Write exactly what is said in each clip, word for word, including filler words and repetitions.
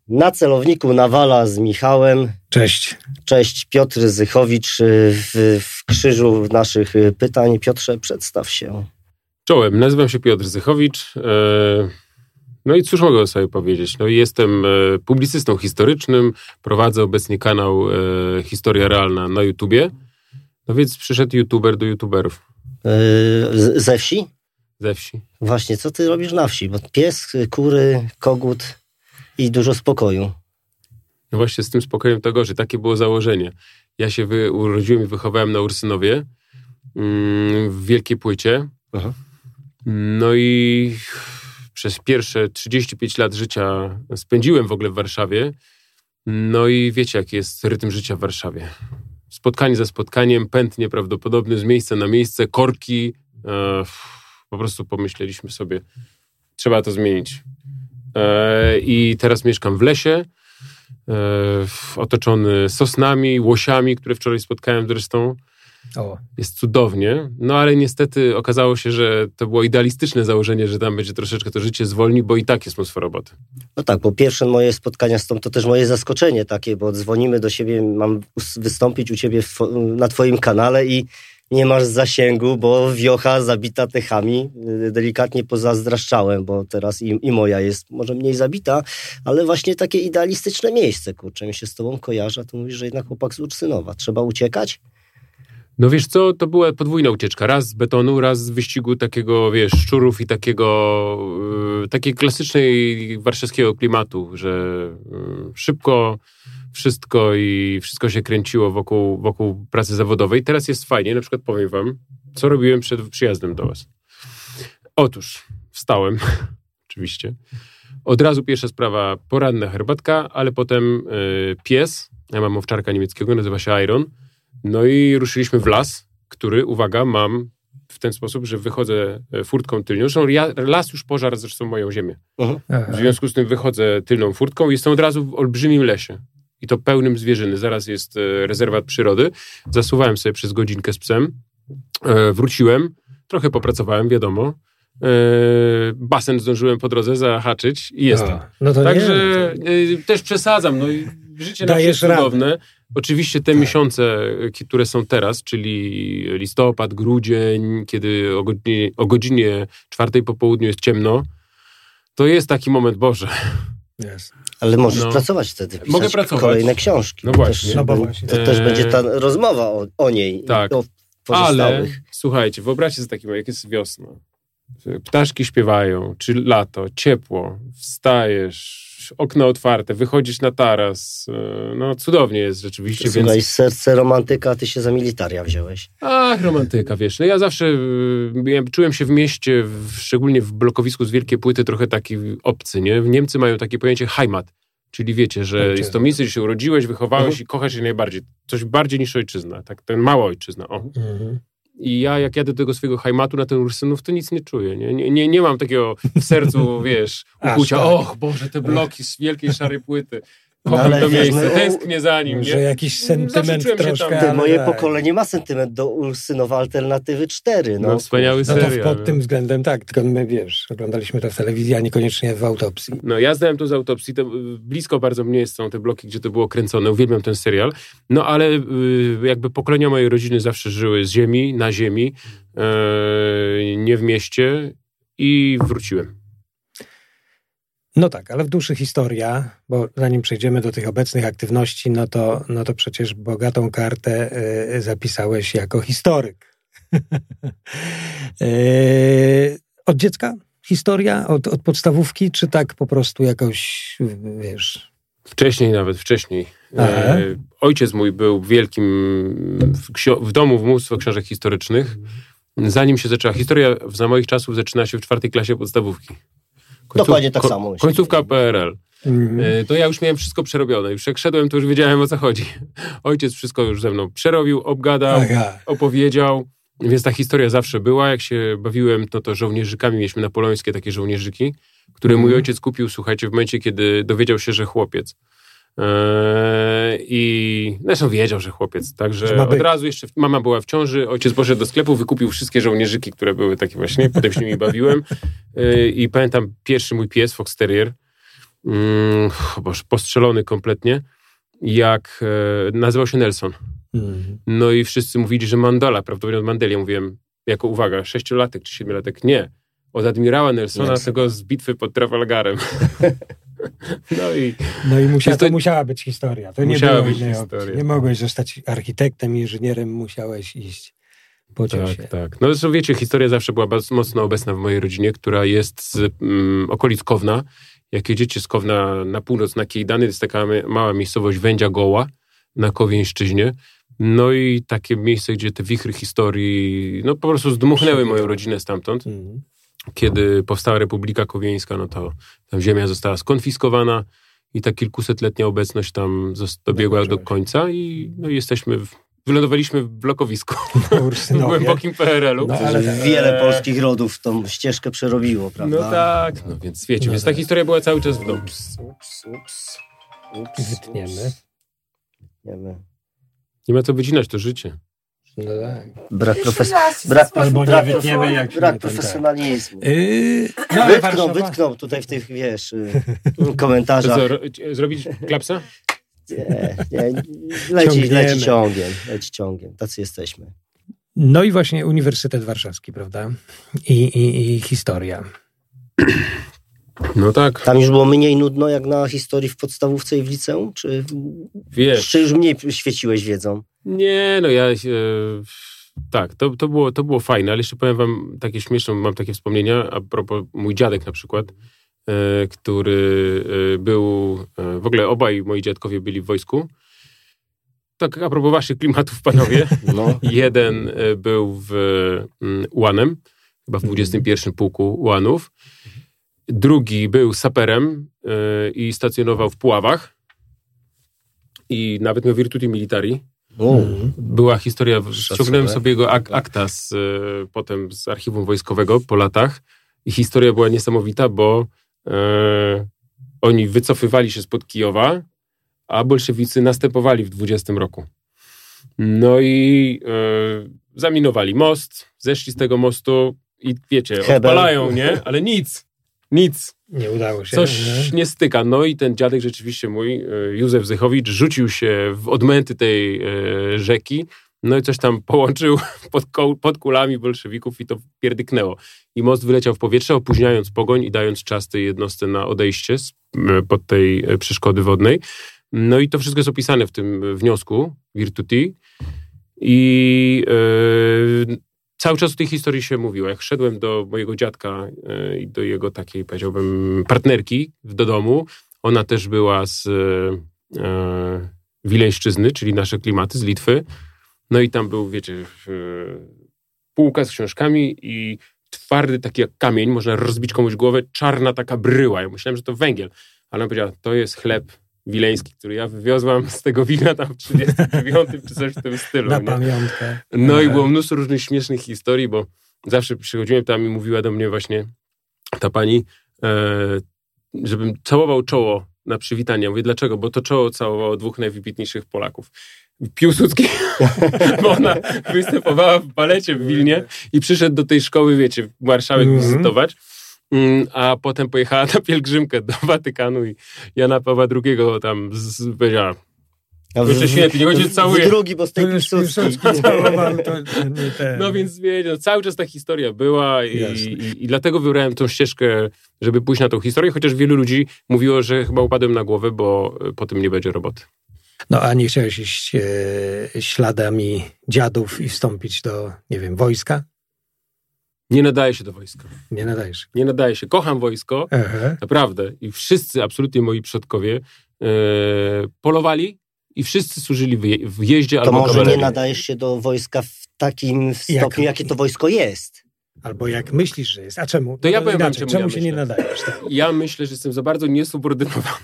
Na celowniku Nawala z Michałem. Cześć. Cześć, Piotr Zychowicz w, w krzyżu naszych pytań. Piotrze, przedstaw się. Czołem, nazywam się Piotr Zychowicz. No i cóż mogę sobie powiedzieć? No jestem publicystą historycznym, prowadzę obecnie kanał Historia Realna na YouTubie. No więc przyszedł youtuber do youtuberów. Yy, ze wsi? Ze wsi. Właśnie, co ty robisz na wsi? Bo pies, kury, kogut i dużo spokoju. No właśnie z tym spokojem to gorzej. Takie było założenie. Ja się wy, urodziłem i wychowałem na Ursynowie mm, w Wielkiej Płycie. Aha. No i przez pierwsze trzydzieści pięć lat życia spędziłem w ogóle w Warszawie. No i wiecie, jaki jest rytm życia w Warszawie. Spotkanie za spotkaniem, pęd nieprawdopodobny, z miejsca na miejsce, korki. E, po prostu pomyśleliśmy sobie, trzeba to zmienić. E, I teraz mieszkam w lesie, e, otoczony sosnami, łosiami, które wczoraj spotkałem zresztą. O. Jest cudownie, no ale niestety okazało się, że to było idealistyczne założenie, że tam będzie troszeczkę to życie zwolni, bo i tak jest mnóstwo roboty. No tak, bo pierwsze moje spotkania z tą to też moje zaskoczenie takie, bo dzwonimy do siebie, mam wystąpić u ciebie w, na twoim kanale i nie masz zasięgu, bo wiocha zabita techami. Delikatnie pozazdraszczałem, bo teraz i, i moja jest może mniej zabita, ale właśnie takie idealistyczne miejsce, kurczę, mi się z tobą kojarzy, a tu mówisz, że jednak chłopak z Ursynowa. Trzeba uciekać? No wiesz co, to była podwójna ucieczka. Raz z betonu, raz z wyścigu takiego, wiesz, szczurów i takiego, yy, takiej klasycznej warszawskiego klimatu, że yy, szybko wszystko i wszystko się kręciło wokół, wokół pracy zawodowej. Teraz jest fajnie, na przykład powiem wam, co robiłem przed przyjazdem do was. Otóż wstałem, oczywiście. Od razu pierwsza sprawa, poranna herbatka, ale potem yy, pies, ja mam owczarka niemieckiego, nazywa się Iron. No i ruszyliśmy w las, który, uwaga, mam w ten sposób, że wychodzę furtką tylnią. Zresztą ja, las już pożarł zresztą moją ziemię. Uh-huh. W związku z tym wychodzę tylną furtką i jestem od razu w olbrzymim lesie. I to pełnym zwierzyny. Zaraz jest rezerwat przyrody. Zasuwałem sobie przez godzinkę z psem. E, wróciłem. Trochę popracowałem, wiadomo. E, basen zdążyłem po drodze zahaczyć i jestem. A, no to Także nie, to... E, też przesadzam. No i życie na jest cudowne. Oczywiście te tak. miesiące, które są teraz, czyli listopad, grudzień, kiedy o godzinie, o godzinie czwartej po południu jest ciemno, to jest taki moment, Boże. Yes. Ale możesz no. pracować wtedy, pisać Mogę pracować. kolejne książki. No właśnie. Też, no bo właśnie. To też będzie ta rozmowa o, o niej. Tak, o ale słuchajcie, wyobraźcie sobie takim, jak jest wiosna. Ptaszki śpiewają, czy lato, ciepło, wstajesz, okna otwarte, wychodzisz na taras, no cudownie jest rzeczywiście. Słuchaj, więc... serce romantyka, ty się za militaria wziąłeś. Ach, romantyka, wiesz, no ja zawsze ja czułem się w mieście, w, szczególnie w blokowisku z Wielkiej Płyty, trochę taki obcy, nie? Niemcy mają takie pojęcie Heimat, czyli wiecie, że jest to miejsce, gdzie się urodziłeś, wychowałeś uh-huh. i kochasz je najbardziej. Coś bardziej niż ojczyzna, tak, ten mała ojczyzna, o. Uh-huh. I ja, jak jadę do tego swojego Heimatu na ten Ursynów, to nic nie czuję. Nie, nie, nie, nie mam takiego w sercu, wiesz, ukucia. Tak. Och, Boże, te bloki z wielkiej szarej płyty. Kocham no, to miejsce, no, tęsknię za nim. Że nie? Jakiś sentyment troszkę. Ty, moje pokolenie ma sentyment do Ursynowa Alternatywy cztery. No, no wspaniały serial. No to pod tym względem tak, tylko my, wiesz, oglądaliśmy to w telewizji, a niekoniecznie w autopsji. No ja znałem to z autopsji, to blisko bardzo mnie są te bloki, gdzie to było kręcone, uwielbiam ten serial, no ale jakby pokolenia mojej rodziny zawsze żyły z ziemi, na ziemi, nie w mieście i wróciłem. No tak, ale w duszy historia, bo zanim przejdziemy do tych obecnych aktywności, no to, no to przecież bogatą kartę y, zapisałeś jako historyk. y, od dziecka historia? Od, od podstawówki? Czy tak po prostu jakoś, wiesz... Wcześniej nawet, wcześniej. E, ojciec mój był wielkim, w, ksio- w domu w mnóstwo książek historycznych. Zanim się zaczęła historia, za moich czasów zaczyna się w czwartej klasie podstawówki. Końców, Dokładnie tak ko- samo. Końcówka P R L. Mm. To ja już miałem wszystko przerobione. Już jak szedłem, to już wiedziałem, o co chodzi. Ojciec wszystko już ze mną przerobił, obgadał, Aha. opowiedział. Więc ta historia zawsze była. Jak się bawiłem, no to żołnierzykami mieliśmy napoleońskie takie żołnierzyki, które mm. mój ojciec kupił, słuchajcie, w momencie, kiedy dowiedział się, że chłopiec. Eee, I zresztą wiedział, że chłopiec. Także od razu jeszcze mama była w ciąży, ojciec poszedł do sklepu, wykupił wszystkie żołnierzyki, które były takie właśnie, potem się nimi bawiłem. Eee, I pamiętam pierwszy mój pies, Fox Terrier. mm, boż, postrzelony kompletnie, jak e, nazywał się Nelson. Mm. No i wszyscy mówili, że Mandela, prawdopodobnie od Mandeli. Ja mówiłem, jako uwaga, sześciolatek czy siedmiolatek, nie. Od admirała Nelsona, Nelson. Tego z bitwy pod Trafalgarem. No i, no i musia, to, to musiała być historia. To nie było być historia. Nie mogłeś zostać architektem, inżynierem, musiałeś iść po ciosie. Tak, tak. No zresztą wiecie, historia zawsze była bardzo mocno obecna w mojej rodzinie, która jest z um, okolic Kowna. Jak jedziecie z Kowna na północ, na Kijdany, to jest taka mała miejscowość Wędzia Goła na Kowieńszczyźnie. No i takie miejsce, gdzie te wichry historii, no po prostu zdmuchnęły moją rodzinę stamtąd. Mhm. Kiedy powstała Republika Kowieńska, no to tam ziemia została skonfiskowana i ta kilkusetletnia obecność tam dobiegła do końca i no, jesteśmy, w, wylądowaliśmy w blokowisku w głębokim P R L u. No, ale wiele polskich rodów tą ścieżkę przerobiło, prawda? No tak, no więc wiecie, no więc tak. Ta historia była cały czas w domu. Ups, ups, ups, ups, Wytniemy. Wytniemy. Nie ma co wycinać, to życie. No tak. Brak, profes- brak, Albo brak, nie wytniemy, jak brak nie profesjonalizmu. Yy, no, wytknął, wytknął tutaj w tych, wiesz, komentarzach. Co, ro- zrobić klapsa? Nie, nie, leci, leci ciągiem, leci ciągiem. Tacy jesteśmy. No i właśnie Uniwersytet Warszawski, prawda? I, i, i historia. No tak. Tam już było mniej nudno jak na historii w podstawówce i w liceum? Czy, Wiesz, czy już mniej świeciłeś wiedzą? Nie, no ja... E, tak, to, to, było, to było fajne, ale jeszcze powiem wam takie śmieszne, mam takie wspomnienia, a propos mój dziadek na przykład, e, który e, był... E, w ogóle obaj moi dziadkowie byli w wojsku. Tak, a propos waszych klimatów, panowie. No. Jeden e, był w um, ułanem, chyba w dwudziestym pierwszym pułku ułanów. Drugi był saperem yy, i stacjonował w Puławach. I nawet miał Virtuti Militari. Mm. Była historia, ściągnąłem sobie jego ak- akta z, y, potem z archiwum wojskowego po latach. I historia była niesamowita, bo y, oni wycofywali się spod Kijowa, a bolszewicy następowali w dwudziestym roku. No i y, zaminowali most, zeszli z tego mostu i wiecie, Hebel. Odpalają, nie? Ale nic. Nic. Nie udało się. Coś nie? nie styka. No i ten dziadek rzeczywiście mój, Józef Zychowicz, rzucił się w odmęty tej e, rzeki, no i coś tam połączył pod, ko- pod kulami bolszewików i to pierdyknęło. I most wyleciał w powietrze, opóźniając pogoń i dając czas tej jednostce na odejście z, pod tej przeszkody wodnej. No i to wszystko jest opisane w tym wniosku Virtuti. I e, cały czas o tej historii się mówiło. Jak szedłem do mojego dziadka i yy, do jego takiej, powiedziałbym, partnerki do domu, ona też była z yy, Wileńszczyzny, czyli nasze klimaty, z Litwy. No i tam był, wiecie, yy, półka z książkami i twardy taki jak kamień, można rozbić komuś głowę, czarna taka bryła. Ja myślałem, że to węgiel. Ale ona powiedziała, to jest chleb wileński, który ja wywiozłam z tego wina tam w trzydziestym dziewiątym czy coś w tym stylu. Na nie? pamiątkę. No i było mnóstwo różnych śmiesznych historii, bo zawsze przychodziłem tam i mówiła do mnie właśnie ta pani, e, żebym całował czoło na przywitanie. Ja mówię, dlaczego? Bo to czoło całowało dwóch najwybitniejszych Polaków. Piłsudski, bo ona występowała w balecie w Wilnie i przyszedł do tej szkoły, wiecie, marszałek mm-hmm. wizytować. A potem pojechała na pielgrzymkę do Watykanu i Jana Pawła drugiego tam z, powiedziała, Jeszcze świetnie, niech się całuje. Drugi, bo z tej Piłsudski całował, to nie ten. No więc wiecie, no, cały czas ta historia była i, i, i dlatego wybrałem tą ścieżkę, żeby pójść na tą historię, chociaż wielu ludzi mówiło, że chyba upadłem na głowę, bo po tym nie będzie roboty. No a nie chciałeś iść e, śladami dziadów i wstąpić do, nie wiem, wojska? Nie nadaje się do wojska. Nie nadaje się. Nie nadaje się. Kocham wojsko, Aha. naprawdę. I wszyscy, absolutnie moi przodkowie e, polowali i wszyscy służyli w, w jeździe to albo może kawalerii. Nie nadajesz się do wojska w takim stopniu, jak, jakie to wojsko jest. Albo jak myślisz, że jest. A czemu? To ja powiem wam, czemu, czemu czemu ja się myślę. nie nadajesz? Tak? Ja myślę, że jestem za bardzo niesubordynowany.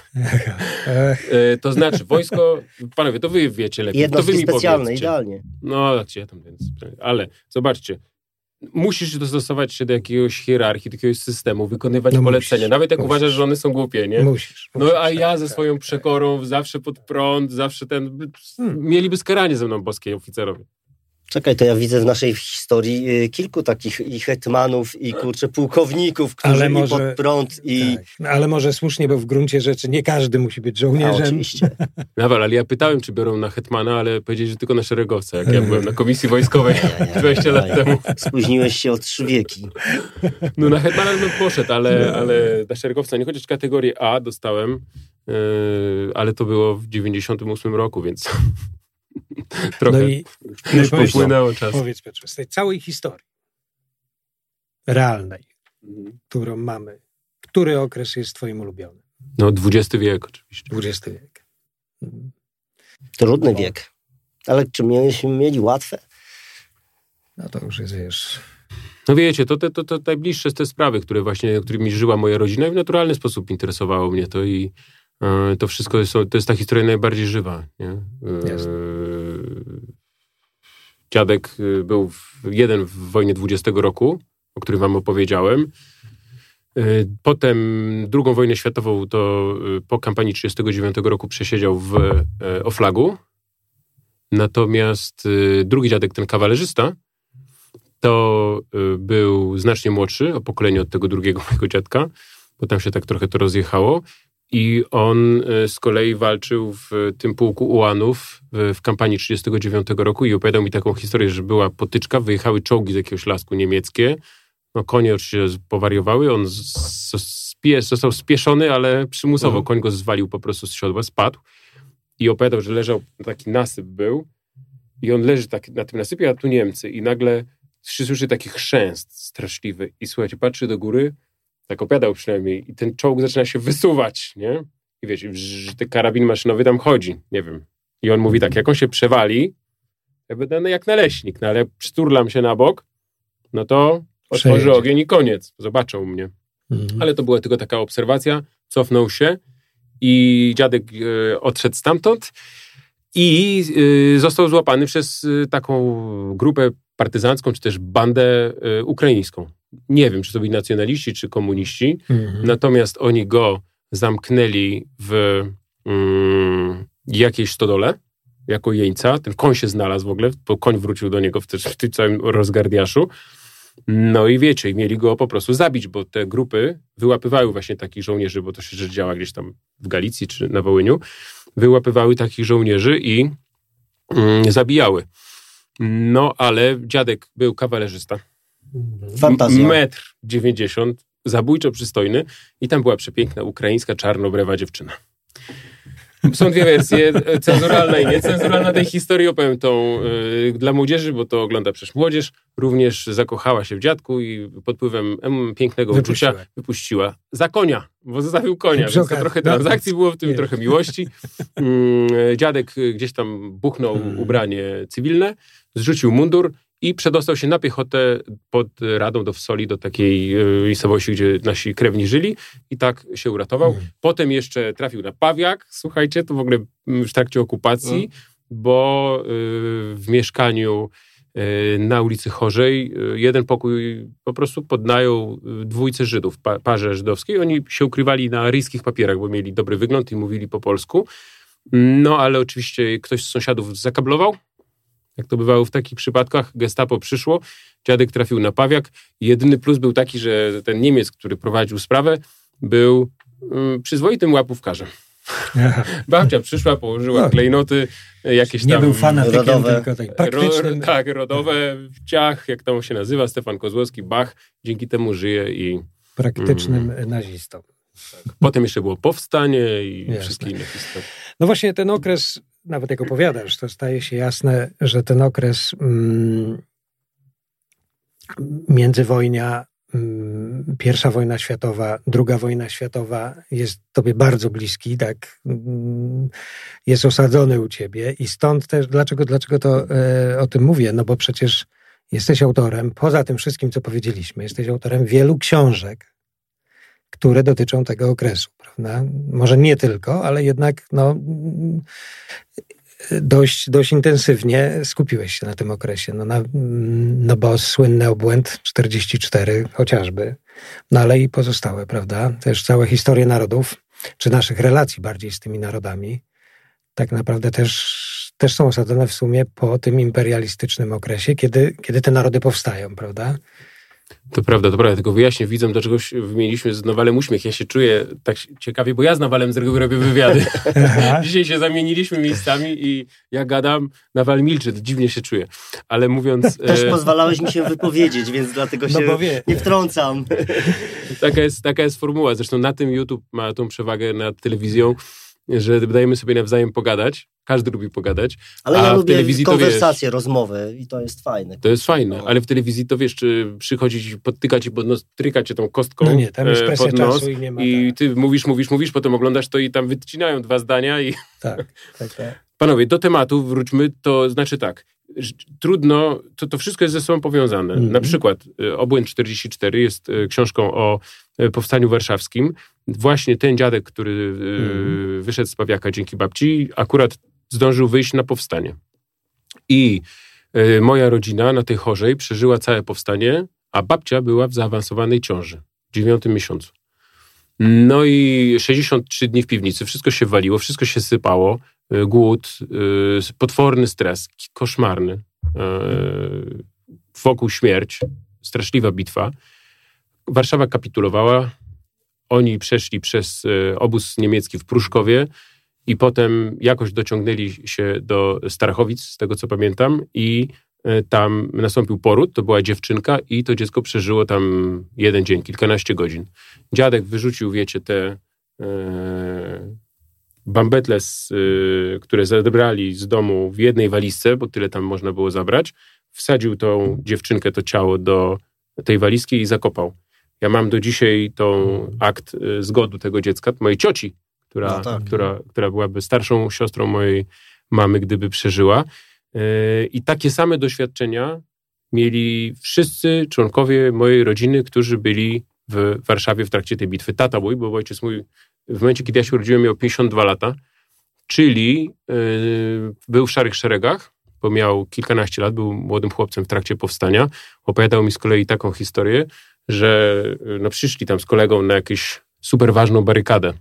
e, to znaczy, wojsko, panowie, to wy wiecie lepiej. Jednostki to wy mi specjalne, powiedzcie. idealnie. No, gdzie tam więc. Ale zobaczcie, musisz dostosować się do jakiegoś hierarchii, do jakiegoś systemu, wykonywać no polecenia. Musisz, Nawet jak musisz. uważasz, że one są głupie, nie? Musisz. No musisz, a ja tak, ze tak, swoją tak, przekorą, tak. zawsze pod prąd, zawsze ten... Hmm. Mieliby skaranie ze mną boskie oficerowie. Czekaj, to ja widzę w naszej historii y, kilku takich i hetmanów, i kurczę pułkowników, którzy może, i pod prąd i... Tak. No, ale może słusznie, bo w gruncie rzeczy nie każdy musi być żołnierzem. A, oczywiście. Nawal, ale ja pytałem, czy biorą na hetmana, ale powiedzieli, że tylko na szeregowca, jak ja byłem na komisji wojskowej dwadzieścia lat temu. Spóźniłeś się o trzy wieki. No na hetmana bym poszedł, ale, ale na szeregowca nie, chociaż kategorię A dostałem, yy, ale to było w dziewięćdziesiątym ósmym roku, więc... Trochę no i, już no popłynęło czas. Powiedz, Piotrze, z tej całej historii realnej, mhm. którą mamy, który okres jest twoim ulubionym? No dwudziesty wiek oczywiście. dwudziesty wiek. Mhm. Trudny no. wiek. Ale czy mieliśmy mieli łatwe? No to już jest, wiesz... No wiecie, to te to, to najbliższe te sprawy, które właśnie, którymi żyła moja rodzina i w naturalny sposób interesowało mnie to i to wszystko jest, to jest ta historia najbardziej żywa. Nie? Dziadek był w, jeden w wojnie dwudziestego roku, o którym wam opowiedziałem. Potem drugą wojnę światową to po kampanii trzydziestego dziewiątego roku przesiedział w Oflagu. Natomiast drugi dziadek, ten kawalerzysta, to był znacznie młodszy, o pokolenie od tego drugiego mojego dziadka, bo tam się tak trochę to rozjechało. I on z kolei walczył w tym pułku ułanów w kampanii trzydziestego dziewiątego roku i opowiadał mi taką historię, że była potyczka, wyjechały czołgi z jakiegoś lasku niemieckie, no konie oczywiście powariowały, on spie, został spieszony, ale przymusowo mhm. koń go zwalił po prostu z siodła, spadł i opowiadał, że leżał, taki nasyp był i on leży tak na tym nasypie, a tu Niemcy i nagle słyszy taki chrzęst straszliwy i słuchajcie, patrzy do góry, tak opowiadał przynajmniej, i ten czołg zaczyna się wysuwać, nie? I wiecie, że ten karabin maszynowy tam chodzi, nie wiem. I on mówi tak, jak on się przewali, jakby no, jak naleśnik, no ale przyturlam się na bok, no to otworzy ogień i koniec. Zobaczą mnie. Mhm. Ale to była tylko taka obserwacja, cofnął się i dziadek e, odszedł stamtąd i e, został złapany przez e, taką grupę partyzancką, czy też bandę e, ukraińską. Nie wiem, czy to byli nacjonaliści, czy komuniści. Mhm. Natomiast oni go zamknęli w mm, jakiejś stodole, jako jeńca. Ten koń się znalazł w ogóle, bo koń wrócił do niego w, też, w tym całym rozgardiaszu. No i wiecie, i mieli go po prostu zabić, bo te grupy wyłapywały właśnie takich żołnierzy, bo to się rzecz działa gdzieś tam w Galicji czy na Wołyniu. Wyłapywały takich żołnierzy i mm, zabijały. No, ale dziadek był kawalerzysta. Fantazja. Metr dziewięćdziesiąt, zabójczo przystojny i tam była przepiękna ukraińska czarnobrewa dziewczyna. Są dwie wersje, cenzuralna i niecenzuralna tej historii. Opowiem tą y, dla młodzieży, bo to ogląda przecież młodzież. Również zakochała się w dziadku i pod wpływem em, pięknego wypuściła. uczucia wypuściła za konia, bo zostawił konia, więc to trochę transakcji było w tym, trochę miłości. Y, dziadek gdzieś tam buchnął hmm. ubranie cywilne, zrzucił mundur i przedostał się na piechotę pod Radą do Wsoli, do takiej miejscowości, gdzie nasi krewni żyli i tak się uratował. Mm. Potem jeszcze trafił na Pawiak, słuchajcie, to w ogóle w trakcie okupacji, mm. bo y, w mieszkaniu y, na ulicy Chorzej y, jeden pokój po prostu podnajął dwójce Żydów, pa, parze żydowskiej. Oni się ukrywali na ryjskich papierach, bo mieli dobry wygląd i mówili po polsku. No ale oczywiście ktoś z sąsiadów zakablował. Jak to bywało w takich przypadkach, gestapo przyszło, dziadek trafił na Pawiak. Jedyny plus był taki, że ten Niemiec, który prowadził sprawę, był um, przyzwoitym łapówkarzem. Babcia przyszła, położyła no. klejnoty, jakieś nie tam... Nie był fanatykiem, rodowe. tylko tak praktycznym. Ro, tak, rodowe, ciach, jak tam się nazywa, Stefan Kozłowski, Bach, dzięki temu żyje i... Praktycznym mm, nazistą. Tak. Potem jeszcze było powstanie i Jasne. wszystkie inne historie. No właśnie ten okres, nawet jak opowiadasz, to staje się jasne, że ten okres mm, międzywojnia, mm, pierwsza wojna światowa, druga wojna światowa jest tobie bardzo bliski, tak, mm, jest osadzony u ciebie i stąd też, dlaczego, dlaczego to e, o tym mówię, no bo przecież jesteś autorem, poza tym wszystkim, co powiedzieliśmy, jesteś autorem wielu książek, które dotyczą tego okresu, prawda? Może nie tylko, ale jednak no, dość, dość intensywnie skupiłeś się na tym okresie. No, na, no bo słynny obłęd czterdzieści cztery chociażby, no ale i pozostałe, prawda? Też całe historie narodów, czy naszych relacji bardziej z tymi narodami, tak naprawdę też, też są osadzone w sumie po tym imperialistycznym okresie, kiedy, kiedy te narody powstają, prawda? To prawda, to prawda, tylko wyjaśnię widzom, dlaczego wymieniliśmy z Nawalem uśmiech. Ja się czuję tak ciekawie, bo ja z Nawalem z reguły robię wywiady. Dzisiaj się zamieniliśmy miejscami i ja gadam, Nawal milczy, to dziwnie się czuję. Ale mówiąc... Też pozwalałeś mi się wypowiedzieć, więc dlatego się no nie wtrącam. Taka jest, taka jest formuła. Zresztą na tym YouTube ma tą przewagę nad telewizją, że dajemy sobie nawzajem pogadać. Każdy lubi pogadać. Ale a ja w lubię telewizji konwersację, to wiesz, rozmowę i to jest fajne. To jest fajne, ale w telewizji to wiesz, czy przychodzić, podtykać ci pod nos, tryka cię tą kostką no nie, tam jest presja pod nos czasu i nie ma. I tak. ty mówisz, mówisz, mówisz, potem oglądasz to i tam wycinają dwa zdania i... Tak, tak, tak. Panowie, do tematu wróćmy, to znaczy tak, trudno, to, to wszystko jest ze sobą powiązane. Mm. Na przykład Obłęd czterdzieści cztery jest książką o powstaniu warszawskim. Właśnie ten dziadek, który mm. wyszedł z Pawiaka dzięki babci, akurat zdążył wyjść na powstanie. I y, moja rodzina na tej chorzej przeżyła całe powstanie, a babcia była w zaawansowanej ciąży, w dziewiątym miesiącu. No i sześćdziesiąt trzy dni w piwnicy, wszystko się waliło, wszystko się sypało, y, głód, y, potworny stres, koszmarny, y, wokół śmierć, straszliwa bitwa. Warszawa kapitulowała, oni przeszli przez y, obóz niemiecki w Pruszkowie, i potem jakoś dociągnęli się do Starachowic, z tego co pamiętam, i tam nastąpił poród, to była dziewczynka i to dziecko przeżyło tam jeden dzień, kilkanaście godzin. Dziadek wyrzucił, wiecie, te e, bambetle, z, e, które zabrali z domu w jednej walizce, bo tyle tam można było zabrać, wsadził tą dziewczynkę, to ciało do tej walizki i zakopał. Ja mam do dzisiaj tą akt e, zgody tego dziecka, mojej cioci, Która, no tak. która, która byłaby starszą siostrą mojej mamy, gdyby przeżyła. Yy, I takie same doświadczenia mieli wszyscy członkowie mojej rodziny, którzy byli w Warszawie w trakcie tej bitwy. Tata mój, bo ojciec mój w momencie, kiedy ja się urodziłem, miał pięćdziesiąt dwa lata, czyli yy, był w szarych szeregach, bo miał kilkanaście lat, był młodym chłopcem w trakcie powstania. Opowiadał mi z kolei taką historię, że no, przyszli tam z kolegą na jakąś super ważną barykadę.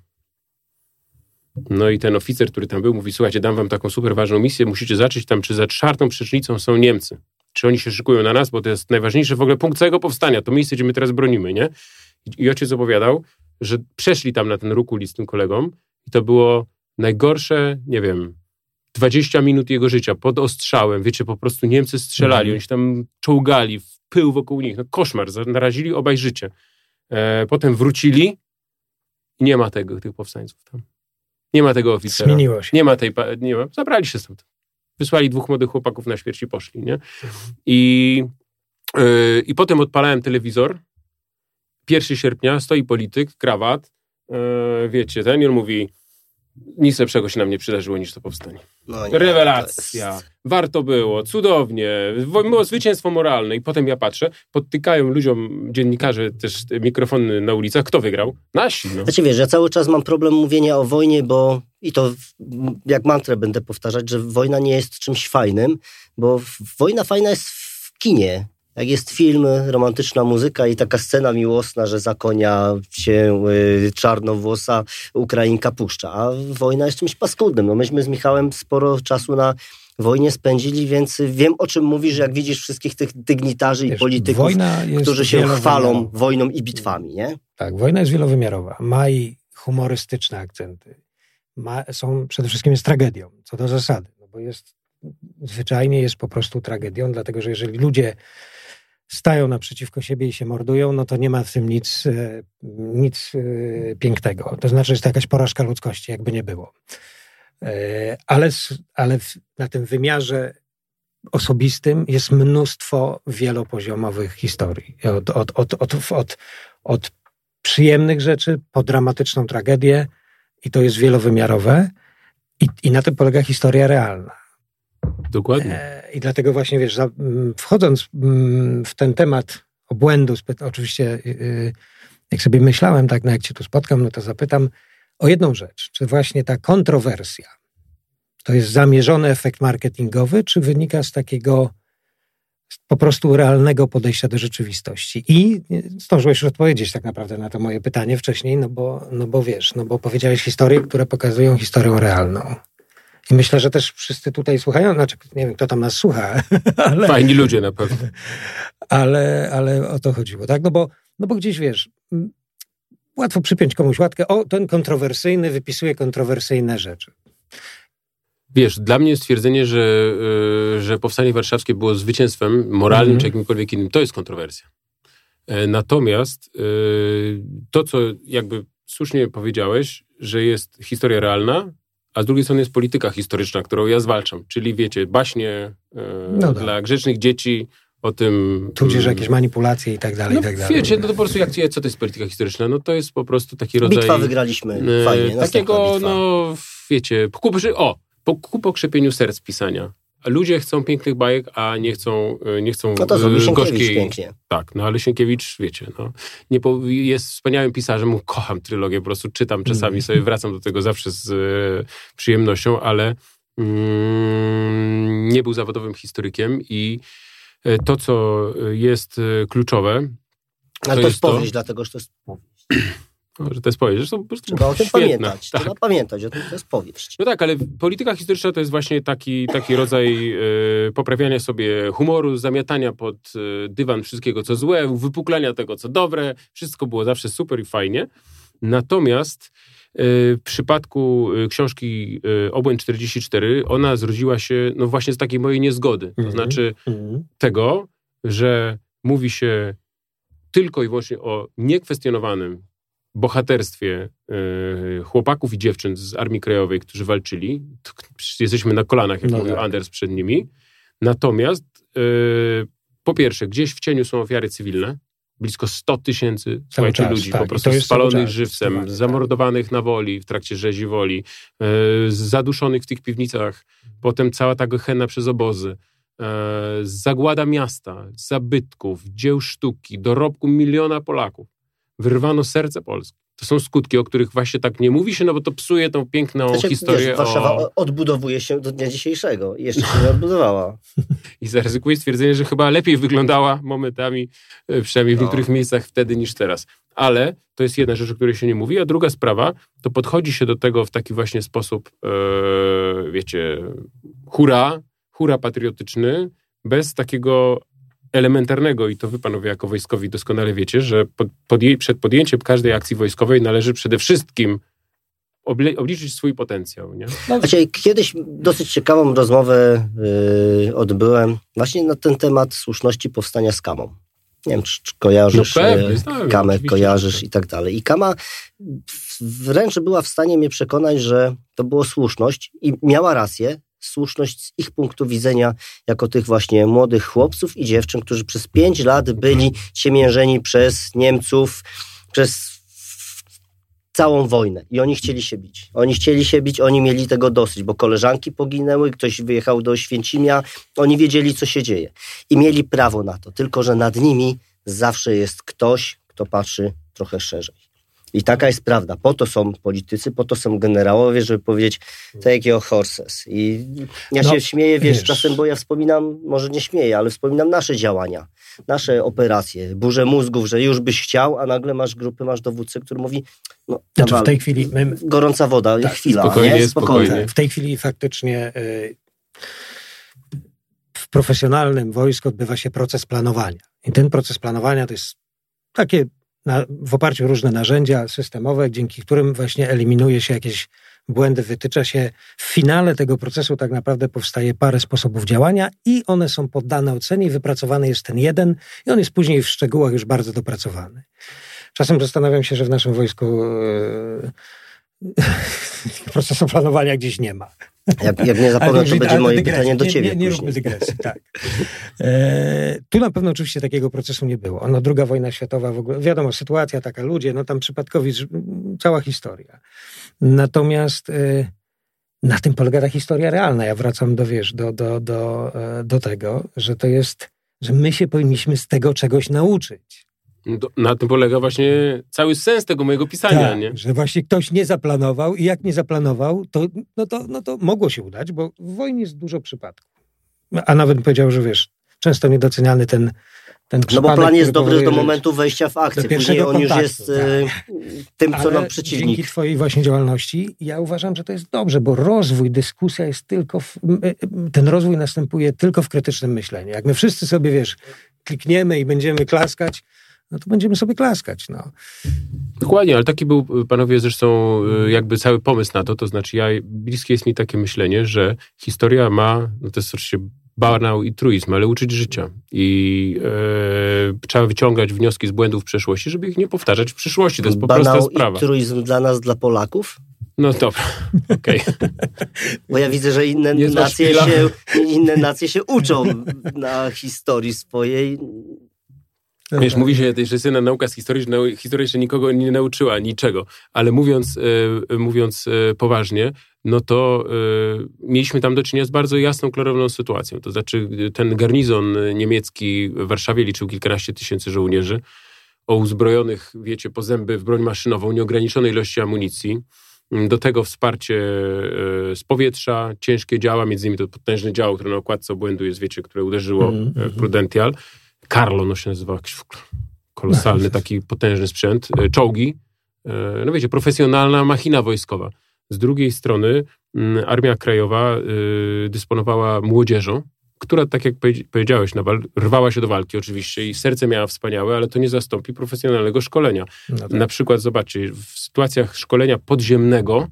No i ten oficer, który tam był, mówi, słuchajcie, dam wam taką super ważną misję, musicie zacząć tam, czy za czwartą przecznicą są Niemcy. Czy oni się szykują na nas, bo to jest najważniejszy w ogóle punkt całego powstania, to miejsce, gdzie my teraz bronimy, nie? I, i ojciec opowiadał, że przeszli tam na ten róg ulic z tym kolegą i to było najgorsze, nie wiem, dwadzieścia minut jego życia pod ostrzałem. Wiecie, po prostu Niemcy strzelali, mm. oni się tam czołgali, w pył wokół nich. No koszmar, narazili obaj życie. E, potem wrócili i nie ma tego, tych powstańców tam. Nie ma tego oficera. Zmieniło się. Nie ma tej... Nie ma, zabrali się stąd. Wysłali dwóch młodych chłopaków na śmierć i poszli, nie? I, yy, i potem odpalałem telewizor. pierwszego sierpnia stoi polityk, krawat. Yy, wiecie, ten i on mówi, nic lepszego się nam nie przydarzyło niż to powstanie. No nie, rewelacja. To jest... Warto było. Cudownie. Zwycięstwo moralne. I potem ja patrzę, podtykają ludziom dziennikarze też mikrofony na ulicach. Kto wygrał? Nasi. No. Znaczy wiesz, ja cały czas mam problem mówienia o wojnie, bo i to jak mantrę będę powtarzać, że wojna nie jest czymś fajnym, bo wojna fajna jest w kinie. Jak jest film, romantyczna muzyka i taka scena miłosna, że za konia się y, czarnowłosa Ukrainka puszcza, a wojna jest czymś paskudnym. No myśmy z Michałem sporo czasu na wojnie spędzili, więc wiem, o czym mówisz, jak widzisz wszystkich tych dygnitarzy Wiesz, i polityków, którzy się chwalą wojną i bitwami, nie? Tak, wojna jest wielowymiarowa. Ma i humorystyczne akcenty. Ma, są przede wszystkim jest tragedią, co do zasady, no bo jest zwyczajnie jest po prostu tragedią, dlatego że jeżeli ludzie stają naprzeciwko siebie i się mordują, no to nie ma w tym nic, nic pięknego. To znaczy, że jest to jakaś porażka ludzkości, jakby nie było. Ale, ale na tym wymiarze osobistym jest mnóstwo wielopoziomowych historii. Od, od, od, od, od, od przyjemnych rzeczy po dramatyczną tragedię i to jest wielowymiarowe i, i na tym polega historia realna. Dokładnie. I dlatego właśnie, wiesz, wchodząc w ten temat obłędu, oczywiście jak sobie myślałem, tak, no jak cię tu spotkam, no to zapytam o jedną rzecz. Czy właśnie ta kontrowersja to jest zamierzony efekt marketingowy, czy wynika z takiego po prostu realnego podejścia do rzeczywistości? I zdążyłeś już odpowiedzieć tak naprawdę na to moje pytanie wcześniej, no bo, no bo wiesz, no bo powiedziałeś historie, które pokazują historię realną. I myślę, że też wszyscy tutaj słuchają, znaczy nie wiem, kto tam nas słucha, ale... Fajni ludzie na pewno. Ale, ale o to chodziło, tak? No bo, no bo gdzieś, wiesz, łatwo przypiąć komuś łatkę, o, ten kontrowersyjny wypisuje kontrowersyjne rzeczy. Wiesz, dla mnie stwierdzenie, że, yy, że Powstanie Warszawskie było zwycięstwem moralnym mm. czy jakimkolwiek innym, to jest kontrowersja. E, natomiast yy, to, co jakby słusznie powiedziałeś, że jest historia realna, a z drugiej strony jest polityka historyczna, którą ja zwalczam. Czyli wiecie, baśnie yy, no tak. dla grzecznych dzieci o tym... Tudzież jakieś manipulacje i tak dalej, no, i tak dalej. Wiecie, no to po prostu jak, co to jest polityka historyczna? No to jest po prostu taki rodzaj... Bitwa wygraliśmy, fajnie, takiego, no wiecie, ku, o, po, ku pokrzepieniu serc pisania. Ludzie chcą pięknych bajek, a nie chcą, nie chcą no to zrobił Sienkiewicz gorzkiej... pięknie. Tak, no ale Sienkiewicz, wiecie, no, nie po, jest wspaniałym pisarzem, kocham trylogię, po prostu czytam czasami, mm. sobie wracam do tego zawsze z e, przyjemnością, ale mm, nie był zawodowym historykiem i e, to, co jest e, kluczowe... Ale to, to jest powieść, to, dlatego, że to jest powieść. No, że to jest powieść. Zresztą po prostu trzeba o tym świetna. pamiętać. Tak. Trzeba pamiętać, że to jest powieść. No tak, ale polityka historyczna to jest właśnie taki, taki rodzaj e, poprawiania sobie humoru, zamiatania pod e, dywan wszystkiego, co złe, wypuklania tego, co dobre. Wszystko było zawsze super i fajnie. Natomiast e, w przypadku e, książki e, Obłęd czterdzieści cztery, ona zrodziła się no właśnie z takiej mojej niezgody. Mm-hmm. To znaczy mm-hmm. tego, że mówi się tylko i wyłącznie o niekwestionowanym bohaterstwie y, chłopaków i dziewczyn z Armii Krajowej, którzy walczyli. Jesteśmy na kolanach, jak no mówił tak. Anders przed nimi. Natomiast y, po pierwsze, gdzieś w cieniu są ofiary cywilne. Blisko sto tysięcy słuchajcie, ludzi tak. po prostu spalonych żywcem, zamordowanych tak. na woli, w trakcie rzezi woli, y, zaduszonych w tych piwnicach. Potem cała ta gehenna przez obozy. Y, zagłada miasta, zabytków, dzieł sztuki, dorobku miliona Polaków. Wyrwano serce Polski. To są skutki, o których właśnie tak nie mówi się, no bo to psuje tą piękną znaczy, historię. Wiesz, Warszawa o... odbudowuje się do dnia dzisiejszego. I jeszcze się nie odbudowała. I zaryzykuję stwierdzenie, że chyba lepiej wyglądała momentami, przynajmniej w no. niektórych miejscach wtedy niż teraz. Ale to jest jedna rzecz, o której się nie mówi, a druga sprawa, to podchodzi się do tego w taki właśnie sposób, e, wiecie, hura, hura patriotyczny, bez takiego elementarnego, i to wy panowie jako wojskowi doskonale wiecie, że pod, podję, przed podjęciem każdej akcji wojskowej należy przede wszystkim obli, obliczyć swój potencjał. Nie? No. Znaczy, kiedyś dosyć ciekawą rozmowę yy, odbyłem właśnie na ten temat słuszności powstania z Kamą. Nie wiem, czy, czy kojarzysz no pewnie, tak, Kamę, kojarzysz tak. i tak dalej. I Kama wręcz była w stanie mnie przekonać, że to było słuszność i miała rację, słuszność z ich punktu widzenia jako tych właśnie młodych chłopców i dziewczyn, którzy przez pięć lat byli ciemiężeni przez Niemców, przez całą wojnę. I oni chcieli się bić. Oni chcieli się bić, oni mieli tego dosyć, bo koleżanki poginęły, ktoś wyjechał do Święcimia, oni wiedzieli, co się dzieje. I mieli prawo na to, tylko że nad nimi zawsze jest ktoś, kto patrzy trochę szerzej. I taka jest prawda. Po to są politycy, po to są generałowie, żeby powiedzieć take your horses. I ja no, się śmieję, wiesz, wiesz, czasem, bo ja wspominam, może nie śmieję, ale wspominam nasze działania, nasze operacje, burzę mózgów, że już byś chciał, a nagle masz grupy, masz dowódcę, który mówi, no znaczy w tej chwili my... gorąca woda, tak, chwila, spokojnie, nie? Spokojnie. spokojnie. W tej chwili faktycznie y, w profesjonalnym wojsku odbywa się proces planowania. I ten proces planowania to jest takie Na, w oparciu o różne narzędzia systemowe, dzięki którym właśnie eliminuje się jakieś błędy, wytycza się. W finale tego procesu tak naprawdę powstaje parę sposobów działania i one są poddane ocenie i wypracowany jest ten jeden i on jest później w szczegółach już bardzo dopracowany. Czasem zastanawiam się, że w naszym wojsku yy, procesu planowania gdzieś nie ma. Jak, jak nie zapomnę, to będzie moje dygresji, pytanie do ciebie. Nie, nie, nie róbmy dygresji, tak. E, tu na pewno oczywiście takiego procesu nie było. No, druga wojna światowa w ogóle, wiadomo, sytuacja taka, ludzie, no tam przypadkowi, cała historia. Natomiast e, na tym polega ta historia realna. Ja wracam do, wiesz, do, do, do, do tego, że to jest, że my się powinniśmy z tego czegoś nauczyć. Na tym polega właśnie cały sens tego mojego pisania, tak, nie? Że właśnie ktoś nie zaplanował i jak nie zaplanował, to, no to, no to mogło się udać, bo w wojnie jest dużo przypadków. A nawet powiedział, że wiesz, często niedoceniany ten, ten No bo plan jest dobry do powoduje, momentu wejścia w akcję. Później pierwszego on już kontaktu, jest tak. y, tym, co Ale nam przeciwnik. dzięki twojej właśnie działalności ja uważam, że to jest dobrze, bo rozwój, dyskusja jest tylko, w, ten rozwój następuje tylko w krytycznym myśleniu. Jak my wszyscy sobie, wiesz, klikniemy i będziemy klaskać, no to będziemy sobie klaskać, no. Dokładnie, ale taki był, panowie, zresztą jakby cały pomysł na to, to znaczy ja, bliskie jest mi takie myślenie, że historia ma, no to jest oczywiście banał i truizm, ale uczyć życia. I e, trzeba wyciągać wnioski z błędów przeszłości, żeby ich nie powtarzać w przyszłości. To jest po prostu Banał sprawa. i truizm dla nas, dla Polaków? No dobra, okej. Okay. Bo ja widzę, że inne nacje, się, inne nacje się uczą na historii swojej. Wiesz, mówi się, że jest jedna nauka z historii, że historia jeszcze nikogo nie nauczyła niczego, ale mówiąc, e, mówiąc e, poważnie, no to e, mieliśmy tam do czynienia z bardzo jasną, klarowną sytuacją. To znaczy ten garnizon niemiecki w Warszawie liczył kilkanaście tysięcy żołnierzy, o uzbrojonych, wiecie, po zęby w broń maszynową, nieograniczonej ilości amunicji. Do tego wsparcie e, z powietrza, ciężkie działa, między innymi to potężne działo, które na okładce obłędu jest, wiecie, które uderzyło mm, w Prudential. Carlo, no się nazywa, jakiś kolosalny, taki potężny sprzęt, czołgi, no wiecie, profesjonalna machina wojskowa. Z drugiej strony Armia Krajowa dysponowała młodzieżą, która, tak jak powiedziałeś, rwała się do walki oczywiście i serce miała wspaniałe, ale to nie zastąpi profesjonalnego szkolenia. No tak. Na przykład, zobaczcie, w sytuacjach szkolenia podziemnego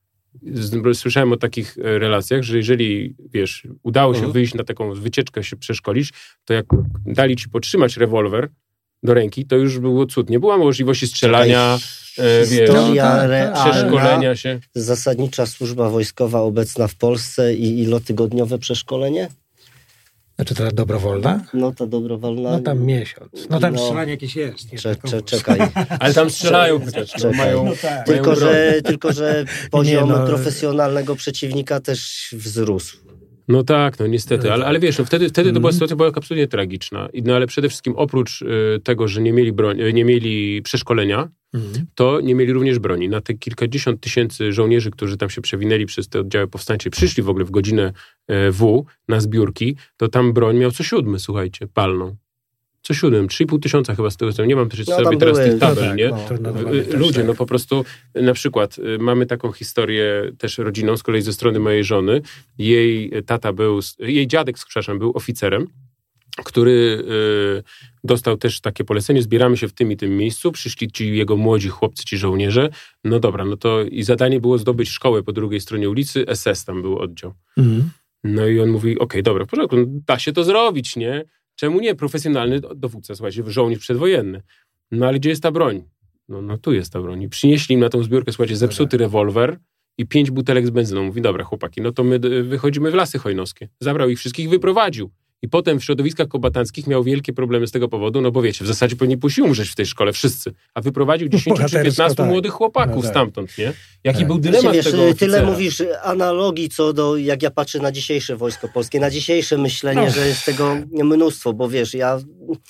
słyszałem o takich relacjach, że jeżeli, wiesz, udało się uh-huh. wyjść na taką wycieczkę, się przeszkolić, to jak dali ci potrzymać rewolwer do ręki, to już było cud. Nie było możliwości strzelania, e, wiesz, przeszkolenia się. Zasadnicza służba wojskowa obecna w Polsce i ilotygodniowe przeszkolenie? Znaczy ta dobrowolna? No ta dobrowolna. No tam miesiąc. No tam no, strzelanie jakieś jest. Cze, cze, czekaj. Ale tam strzelają chociaż. No, mają, no tak. tylko, że, tylko, że poziom nie, no, profesjonalnego przeciwnika też wzrósł. No tak, no niestety, ale, ale wiesz, no wtedy, wtedy to była sytuacja była absolutnie tragiczna. No ale przede wszystkim oprócz y, tego, że nie mieli broń, nie mieli przeszkolenia, mm. to nie mieli również broni. Na te kilkadziesiąt tysięcy żołnierzy, którzy tam się przewinęli przez te oddziały powstańcze, przyszli w ogóle w godzinę y, W na zbiórki, to tam broń miał co siódmy, słuchajcie, palną. Co siódmym, trzy i pół tysiąca chyba z tego, nie mam też no, sobie teraz były, tych tabel, no tak, nie? No, no, Ludzie, no po prostu, na przykład mamy taką historię też rodziną, z kolei ze strony mojej żony. Jej tata był, jej dziadek, przepraszam, był oficerem, który y, dostał też takie polecenie, zbieramy się w tym i tym miejscu, przyszli ci jego młodzi chłopcy, ci żołnierze, no dobra, no to i zadanie było zdobyć szkołę po drugiej stronie ulicy, S S tam był oddział. Mhm. No i on mówi, okej, okay, dobra, w porządku, no, da się to zrobić, nie? Czemu nie? Profesjonalny dowódca, słuchajcie, żołnierz przedwojenny. No ale gdzie jest ta broń? No, no tu jest ta broń. I przynieśli im na tą zbiórkę, słuchajcie, zepsuty rewolwer i pięć butelek z benzyną. Mówi, dobra chłopaki, no to my wychodzimy w Lasy Chojnowskie. Zabrał ich wszystkich, wyprowadził. I potem w środowiskach kombatanckich miał wielkie problemy z tego powodu, no bo wiecie, w zasadzie pewnie puścił umrzeć w tej szkole wszyscy, a wyprowadził dziesięć czy piętnastu tak. młodych chłopaków no tak. stamtąd, nie? Jaki tak. był dylemat wiesz, tego oficera? Tyle mówisz analogii co do, jak ja patrzę na dzisiejsze Wojsko Polskie, na dzisiejsze myślenie, no. że jest tego mnóstwo, bo wiesz, ja...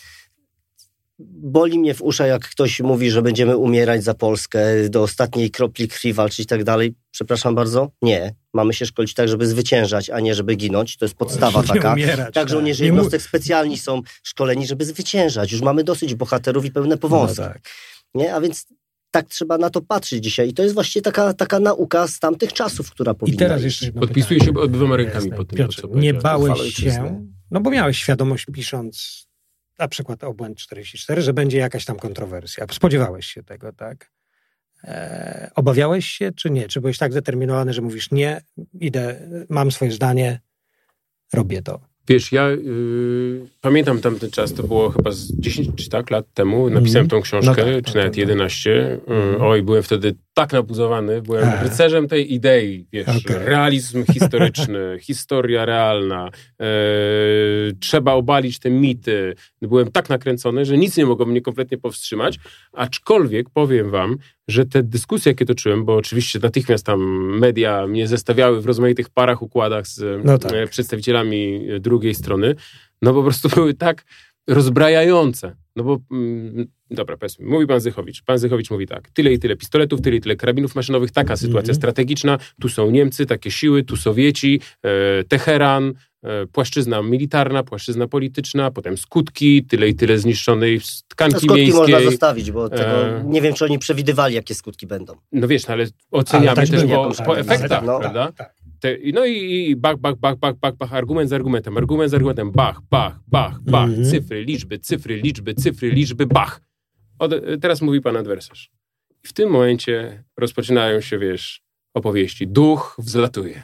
Boli mnie w uszach, jak ktoś mówi, że będziemy umierać za Polskę, do ostatniej kropli krwi walczyć i tak dalej. Przepraszam bardzo. Nie. Mamy się szkolić tak, żeby zwyciężać, a nie żeby ginąć. To jest podstawa taka. Umierać, tak, żołnierze jednostek specjalni są szkoleni, żeby zwyciężać. Już mamy dosyć bohaterów i pełne powązki. No tak. Nie? A więc tak trzeba na to patrzeć dzisiaj. I to jest właściwie taka, taka nauka z tamtych czasów, która powinna I teraz jeszcze podpisuję się obydwoma rękami po tym. Piotrze, nie bałeś się, no bo miałeś świadomość, pisząc na przykład Obłęd czterdzieści cztery, że będzie jakaś tam kontrowersja. Spodziewałeś się tego, tak? E, obawiałeś się, czy nie? Czy byłeś tak zdeterminowany, że mówisz, nie, idę, mam swoje zdanie, robię to? Wiesz, ja y, pamiętam tamten czas, to było chyba z dziesięć czy tak lat temu, napisałem tą książkę, no tak, czy nawet jedenaście. Mm. Oj, byłem wtedy tak nabuzowany, byłem A. rycerzem tej idei, wiesz, okay. realizm historyczny, historia realna, e, trzeba obalić te mity. Byłem tak nakręcony, że nic nie mogło mnie kompletnie powstrzymać, aczkolwiek powiem wam, że te dyskusje, jakie toczyłem, bo oczywiście natychmiast tam media mnie zestawiały w rozmaitych parach, układach z no tak. e, przedstawicielami drugiej strony, no po prostu były tak rozbrajające. No bo, mm, dobra, powiedzmy, mówi pan Zychowicz. Pan Zychowicz mówi tak, tyle i tyle pistoletów, tyle i tyle karabinów maszynowych, taka sytuacja mm-hmm. strategiczna, tu są Niemcy, takie siły, tu Sowieci, e, Teheran, płaszczyzna militarna, płaszczyzna polityczna, potem skutki, tyle i tyle zniszczonej tkanki no, skutki miejskiej. można zostawić, bo tego, e... nie wiem, czy oni przewidywali, jakie skutki będą. No wiesz, no, ale oceniamy ale też po, po tak, efektach, no, prawda? Tak, tak. Te, no i, i bach, bach, bach, bach, bach, bach, argument z argumentem, argument z argumentem, bach, bach, bach, bach, mm-hmm. cyfry, liczby, cyfry, liczby, cyfry, liczby, bach. Od, teraz mówi pan adwersarz. I w tym momencie rozpoczynają się, wiesz, opowieści. Duch wzlatuje.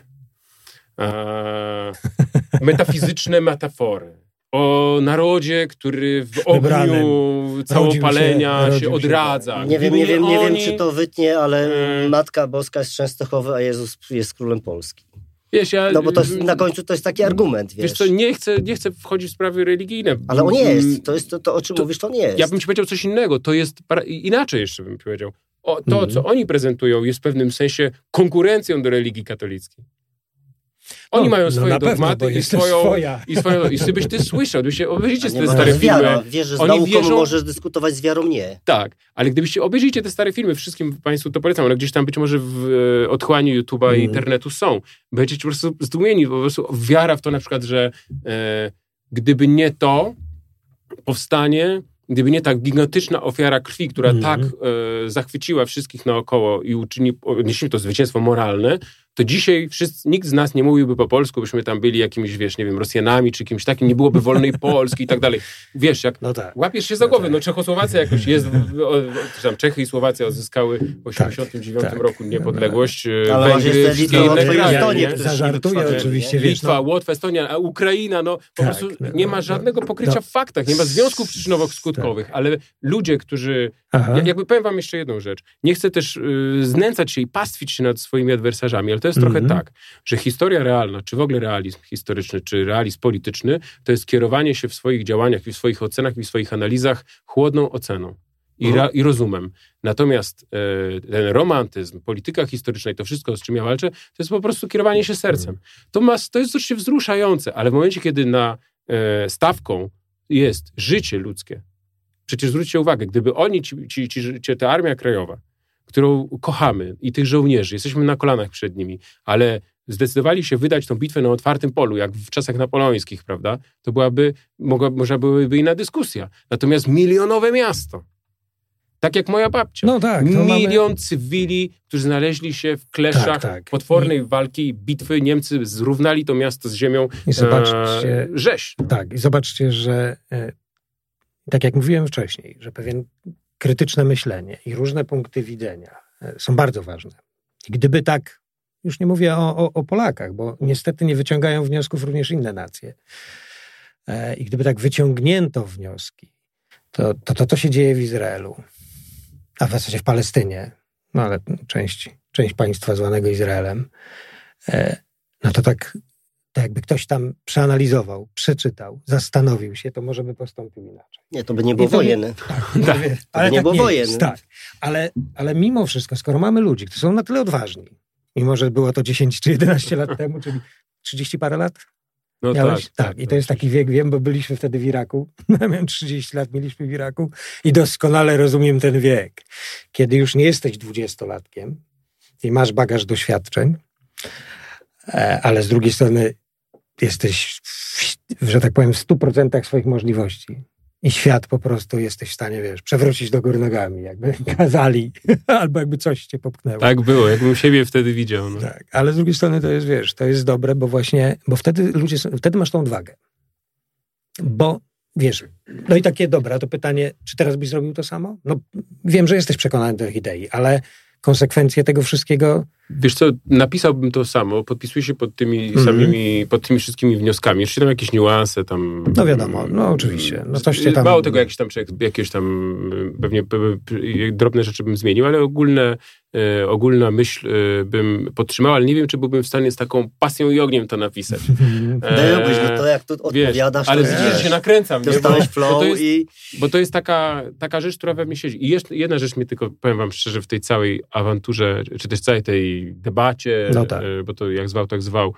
Eee, metafizyczne metafory. O narodzie, który w ogniu Wybranym. całopalenia się, się odradza. Nie wiem, nie wiem, nie wiem, czy to wytnie, ale hmm. Matka Boska jest z Częstochowy, a Jezus jest królem Polski. Wiesz, ja, no bo to jest, na końcu to jest taki argument, wiesz. Wiesz co, nie chcę, nie chcę wchodzić w sprawy religijne. Ale on nie jest. To, jest to, to o czym to, mówisz, to nie jest. Ja bym ci powiedział coś innego. To jest, inaczej jeszcze bym powiedział. O, to, mm. co oni prezentują, jest w pewnym sensie konkurencją do religii katolickiej. Oni no, mają swoje no dogmaty pewno, i, swoją, i swoją... I sobie byś ty słyszał, gdybyście obejrzycie te stare wiara, filmy. Wiesz, że z nauką wierzą... możesz dyskutować, z wiarą nie. Tak, ale gdybyście obejrzycie te stare filmy, wszystkim państwu to polecam, ale gdzieś tam być może w e, otchłani YouTube'a mm. i internetu są. Będziecie po prostu zdumieni, po prostu wiara w to na przykład, że e, gdyby nie to powstanie... Gdyby nie ta gigantyczna ofiara krwi, która mm. tak e, zachwyciła wszystkich naokoło i uczyni, odnieśliśmy to zwycięstwo moralne, to dzisiaj wszyscy, nikt z nas nie mówiłby po polsku, byśmy tam byli jakimiś, wiesz, nie wiem, Rosjanami czy kimś takim, nie byłoby wolnej Polski i tak dalej. Wiesz, jak no tak. łapiesz się za głowę, no Czechosłowacja jakoś jest, o, tam Czechy i Słowacja odzyskały w osiemdziesiątym dziewiątym tak, roku niepodległość. Ale Węgry, wszystkie inne kraje. Zażartuję oczywiście. Litwa, Łotwa, Estonia, a Ukraina, no po tak, prostu no, nie ma żadnego pokrycia no. w faktach, nie ma związków przyczynowo-skutkowych, tak. ale ludzie, którzy... Aha. Jakby powiem wam jeszcze jedną rzecz. Nie chcę też y, znęcać się i pastwić się nad swoimi adwersarzami, ale to jest mm-hmm. trochę tak, że historia realna, czy w ogóle realizm historyczny, czy realizm polityczny, to jest kierowanie się w swoich działaniach, i w swoich ocenach, i w swoich analizach chłodną oceną i, ra, i rozumem. Natomiast e, ten romantyzm, polityka historyczna i to wszystko, z czym ja walczę, to jest po prostu kierowanie się sercem. To, ma, to jest oczywiście wzruszające, ale w momencie, kiedy na e, stawką jest życie ludzkie, przecież zwróćcie uwagę, gdyby oni, ci, ci, ci, ci, ta Armia Krajowa, którą kochamy i tych żołnierzy, jesteśmy na kolanach przed nimi, ale zdecydowali się wydać tą bitwę na otwartym polu, jak w czasach napoleońskich, prawda? To byłaby, mogła, można byłaby inna dyskusja. Natomiast milionowe miasto. Tak jak moja babcia. No tak, Milion mamy... cywili, którzy znaleźli się w kleszach tak, tak. potwornej I... walki, bitwy. Niemcy zrównali to miasto z ziemią. I zobaczcie, e, rzeź. Tak, i zobaczcie, że e, tak jak mówiłem wcześniej, że pewien krytyczne myślenie i różne punkty widzenia są bardzo ważne. I gdyby tak, już nie mówię o, o, o Polakach, bo niestety nie wyciągają wniosków również inne nacje. E, I gdyby tak wyciągnięto wnioski, to to, to to się dzieje w Izraelu, a w zasadzie w Palestynie, no ale część, część państwa zwanego Izraelem, e, no to tak, tak jakby ktoś tam przeanalizował, przeczytał, zastanowił się, to może by postąpił inaczej. Nie, to by nie było wojenne. Tak, tak, ale nie tak było nie wojen. Tak, ale, ale mimo wszystko, skoro mamy ludzi, którzy są na tyle odważni, mimo że było to dziesięć czy jedenaście lat temu, czyli trzydzieści parę lat? No Miałeś? tak, tak. Tak, i to jest taki wiek, wiem, bo byliśmy wtedy w Iraku. Ja miałem trzydzieści lat, mieliśmy w Iraku i doskonale rozumiem ten wiek. Kiedy już nie jesteś dwudziestolatkiem i masz bagaż doświadczeń, ale z drugiej strony jesteś, że tak powiem, w stu procentach swoich możliwości. I świat po prostu jesteś w stanie, wiesz, przewrócić do góry nogami, jakby kazali, albo jakby coś cię popchnęło. Tak było, jakbym siebie wtedy widział. No. Tak, ale z drugiej strony to jest, wiesz, to jest dobre, bo właśnie, bo wtedy ludzie, wtedy masz tą odwagę. Bo, wiesz, no i takie, dobra, to pytanie, czy teraz byś zrobił to samo? No, wiem, że jesteś przekonany do tych idei, ale konsekwencje tego wszystkiego... Wiesz co, napisałbym to samo, podpisuję się pod tymi mm-hmm. samymi, pod tymi wszystkimi wnioskami. Jeszcze tam jakieś niuanse tam... No wiadomo, no oczywiście. No coś tam... Mało tego, jakieś tam, jakieś tam pewnie drobne rzeczy bym zmienił, ale ogólne, e, ogólna myśl e, bym podtrzymał, ale nie wiem, czy byłbym w stanie z taką pasją i ogniem to napisać. Dajałbyś, no to jak tu odpowiadasz, ale to widzisz, że się nakręcam. Dostałeś flow bo to jest, i... Bo to jest taka, taka rzecz, która we mnie siedzi. I jeszcze jedna rzecz mnie tylko, powiem wam szczerze, w tej całej awanturze, czy też całej tej debacie, no tak. bo to jak zwał, tak zwał,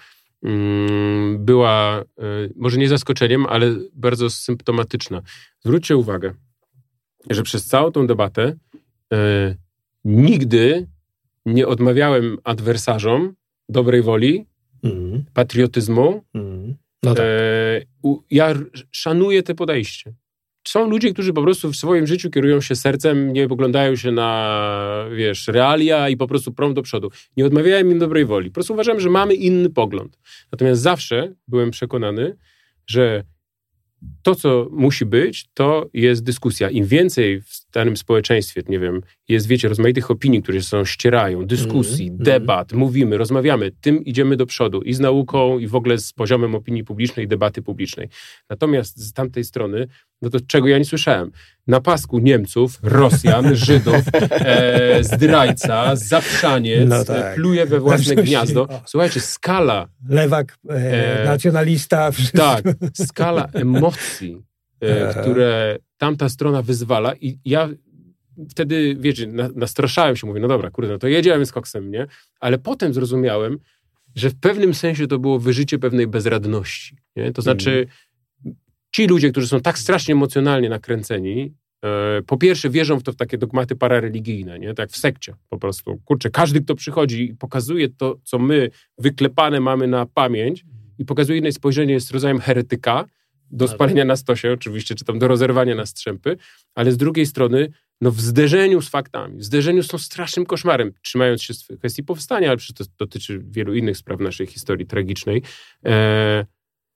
była może nie zaskoczeniem, ale bardzo symptomatyczna. Zwróćcie uwagę, że przez całą tą debatę e, nigdy nie odmawiałem adwersarzom dobrej woli, mm. patriotyzmu, mm. No tak. E, u, ja szanuję te podejście. Są ludzie, którzy po prostu w swoim życiu kierują się sercem, nie oglądają się na, wiesz, realia i po prostu prą do przodu. Nie odmawiałem im dobrej woli. Po prostu uważałem, że mamy inny pogląd. Natomiast zawsze byłem przekonany, że to, co musi być, to jest dyskusja. Im więcej w danym społeczeństwie, nie wiem, jest, wiecie, rozmaitych opinii, które się są ścierają, dyskusji, mm, debat, mm. mówimy, rozmawiamy, tym idziemy do przodu i z nauką, i w ogóle z poziomem opinii publicznej, debaty publicznej. Natomiast z tamtej strony, no to czego ja nie słyszałem? Na pasku Niemców, Rosjan, Żydów, e, zdrajca, zaprzaniec, no tak. pluje we własne gniazdo. Słuchajcie, skala... Lewak, e, e, nacjonalista. Wszystko. Tak, skala emocji, e, które tamta strona wyzwala i ja wtedy, wiecie, na, nastraszałem się, mówię, no dobra, kurde, no to jedziemy z koksem, nie? Ale potem zrozumiałem, że w pewnym sensie to było wyżycie pewnej bezradności, nie? To znaczy... Mm. Ci ludzie, którzy są tak strasznie emocjonalnie nakręceni, e, po pierwsze wierzą w to w takie dogmaty parareligijne, nie? Tak jak w sekcie po prostu. Kurczę, każdy, kto przychodzi i pokazuje to, co my wyklepane mamy na pamięć i pokazuje inne spojrzenie, jest rodzajem heretyka, do spalenia na stosie oczywiście, czy tam do rozerwania na strzępy, ale z drugiej strony, no w zderzeniu z faktami, w zderzeniu z tą strasznym koszmarem, trzymając się z kwestii powstania, ale przecież to dotyczy wielu innych spraw naszej historii tragicznej, e,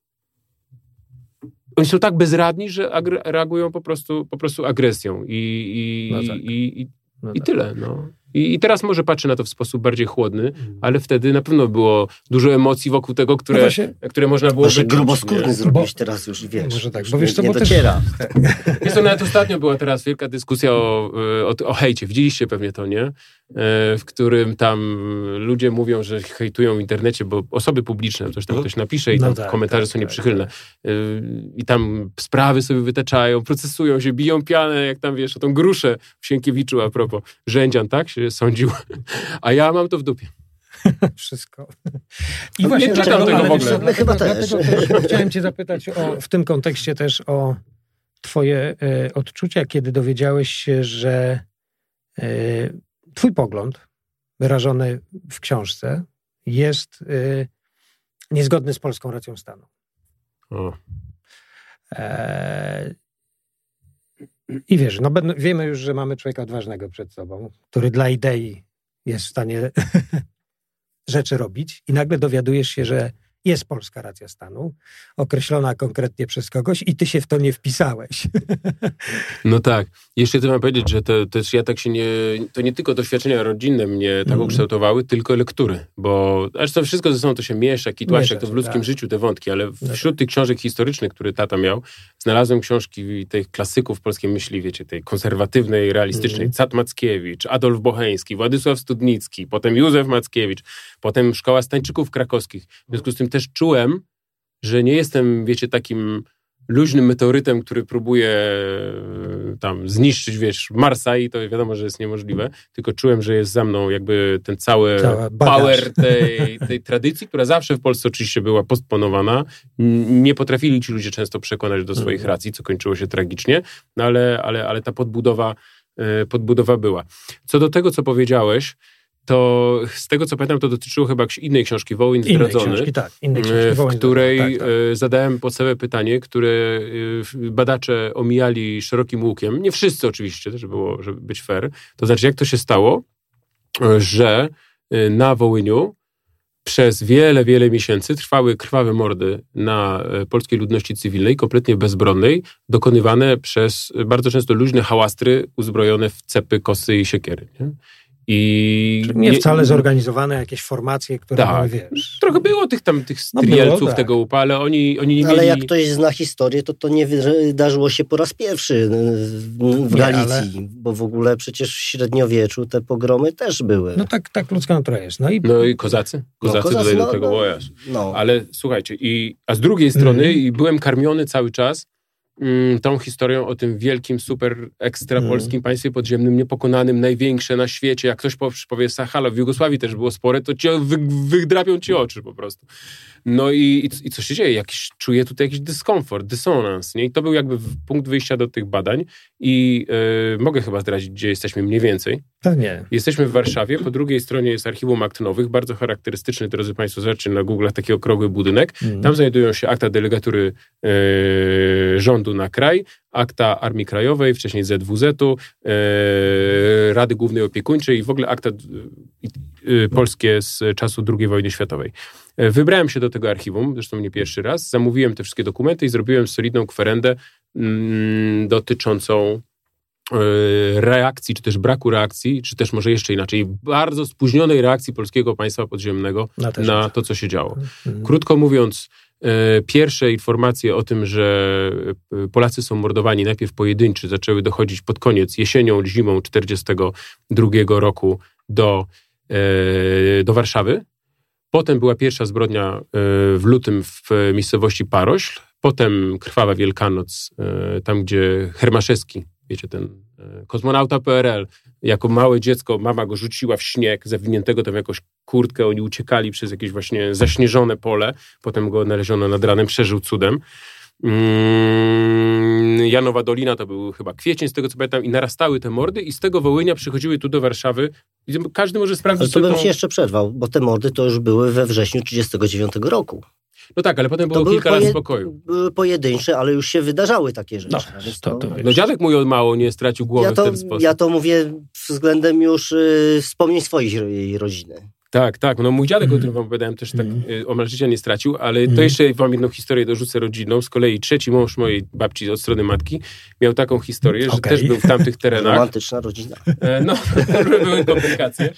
oni są tak bezradni, że agre- reagują po prostu, po prostu agresją i, i, no tak. i, i, no i tak. tyle. No. I, I teraz może patrzę na to w sposób bardziej chłodny, mm. ale wtedy na pewno było dużo emocji wokół tego, które, no właśnie, które można było wyczuć. Gruboskórny zrobić teraz już, wiesz. Może tak, już bo wiesz, nie, nie to dociera. Też... Jest to nawet ostatnio była teraz wielka dyskusja o, o, o hejcie. Widzieliście pewnie to, nie? W którym tam ludzie mówią, że hejtują w internecie, bo osoby publiczne, coś tam ktoś napisze i tam no tak, komentarze tak, są nieprzychylne. Tak, tak. I tam sprawy sobie wytaczają, procesują się, biją pianę, jak tam wiesz, o tą gruszę w Sienkiewiczu a propos. Rzędzian, tak? Się sądził. A ja mam to w dupie. Wszystko. I właśnie nie czytam tego w ogóle. Dlatego, chyba też. Dlatego też chciałem cię zapytać o, w tym kontekście też o twoje e, odczucia, kiedy dowiedziałeś się, że e, twój pogląd wyrażony w książce jest e, niezgodny z polską racją stanu. O. E, I wiesz, no, wiemy już, że mamy człowieka odważnego przed sobą, który dla idei jest w stanie rzeczy robić i nagle dowiadujesz się, że jest polska racja stanu, określona konkretnie przez kogoś i ty się w to nie wpisałeś. No tak. Jeszcze chcę wam powiedzieć, że to też ja tak się nie... To nie tylko doświadczenia rodzinne mnie tak mm. ukształtowały, tylko lektury. Bo aż to wszystko ze sobą to się miesza, kitłasz, jak to w ludzkim tak. życiu te wątki, ale wśród tych książek historycznych, które tata miał, znalazłem książki tych klasyków polskiej myśli, wiecie, tej konserwatywnej, realistycznej. Mm. Cat Mackiewicz, Adolf Bocheński, Władysław Studnicki, potem Józef Mackiewicz, potem Szkoła Stańczyków Krakowskich. W związku z tym też czułem, że nie jestem, wiecie, takim luźnym meteorytem, który próbuje tam zniszczyć, wiesz, Marsa i to wiadomo, że jest niemożliwe, tylko czułem, że jest za mną jakby ten cały power tej, tej tradycji, która zawsze w Polsce oczywiście była postponowana. Nie potrafili ci ludzie często przekonać do swoich racji, co kończyło się tragicznie, no ale, ale, ale ta podbudowa, podbudowa była. Co do tego, co powiedziałeś, to z tego, co pamiętam, to dotyczyło chyba innej książki, Wołyń zdradzony, innej książki, tak, innej książki, w której tak, tak. zadałem podstawowe pytanie, które badacze omijali szerokim łukiem. Nie wszyscy oczywiście, żeby, było, żeby być fair. To znaczy, jak to się stało, że na Wołyniu przez wiele, wiele miesięcy trwały krwawe mordy na polskiej ludności cywilnej, kompletnie bezbronnej, dokonywane przez bardzo często luźne hałastry uzbrojone w cepy, kosy i siekiery. Nie? I Czyli nie wcale zorganizowane jakieś formacje, które tak, były, wiesz... Trochę było tych tam tych strielców no tak. tego łupa, ale oni, oni nie ale mieli... jak ktoś zna historię, to to nie wydarzyło się po raz pierwszy w Galicji, nie, ale... bo w ogóle przecież w średniowieczu te pogromy też były. No tak, tak ludzka natura jest. No i, no i kozacy. Kozacy, no, kozacy tutaj no, do tego, no, o Jezu. No. Ale słuchajcie, i, a z drugiej strony mm. i byłem karmiony cały czas mm, tą historią o tym wielkim, super, ekstra polskim mm. państwie podziemnym, niepokonanym, największe na świecie. Jak ktoś powie Sahalo, w Jugosławii też było spore, to cię wy, wydrapią ci oczy po prostu. No i, i, i co się dzieje? Jakiś, czuję tutaj jakiś dyskomfort, dysonans. Nie? I to był jakby punkt wyjścia do tych badań i yy, mogę chyba zdradzić, gdzie jesteśmy mniej więcej. To nie. Jesteśmy w Warszawie, po drugiej stronie jest archiwum akt nowych, bardzo charakterystyczny, drodzy Państwo, zobaczcie na Google'ach taki okrągły budynek. Mm. Tam znajdują się akta delegatury yy, rządu na kraj, akta Armii Krajowej, wcześniej Z W Z-u, yy, Rady Głównej Opiekuńczej i w ogóle akta yy, yy, polskie z czasu drugiej wojny światowej. Wybrałem się do tego archiwum, zresztą nie pierwszy raz, zamówiłem te wszystkie dokumenty i zrobiłem solidną kwerendę mm, dotyczącą y, reakcji, czy też braku reakcji, czy też może jeszcze inaczej, bardzo spóźnionej reakcji polskiego państwa podziemnego na, na to, co się działo. Mhm. Krótko mówiąc, y, pierwsze informacje o tym, że Polacy są mordowani, najpierw pojedynczy, zaczęły dochodzić pod koniec, jesienią, zimą czterdziestego drugiego roku do, y, do Warszawy. Potem była pierwsza zbrodnia w lutym w miejscowości Parośl, potem Krwawa Wielkanoc, tam gdzie Hermaszewski, wiecie, ten kosmonauta P R L, jako małe dziecko, mama go rzuciła w śnieg, zawiniętego tam jakąś kurtkę, oni uciekali przez jakieś właśnie zaśnieżone pole, potem go odnaleziono nad ranem, przeżył cudem. Janowa Dolina to był chyba kwiecień, z tego co pamiętam, i narastały te mordy i z tego Wołynia przychodziły tu do Warszawy. I każdy może sprawdzić... Ale to bym tą... się jeszcze przerwał, bo te mordy to już były we wrześniu trzydziestego dziewiątego roku. No tak, ale potem było to kilka lat poje... spokoju. Były pojedyncze, ale już się wydarzały takie rzeczy. No, to, to no dziadek mój od mało nie stracił głowy ja to, w ten sposób. Ja to mówię względem już y, wspomnień swojej jej rodziny. Tak, tak. No mój dziadek, mm. o którym wam opowiadałem, też tak mm. omal życia nie stracił, ale mm. to jeszcze wam jedną historię dorzucę rodzinną. Z kolei trzeci mąż mojej babci od strony matki miał taką historię, że okay. też był w tamtych terenach. Romantyczna rodzina. E, no, były komplikacje.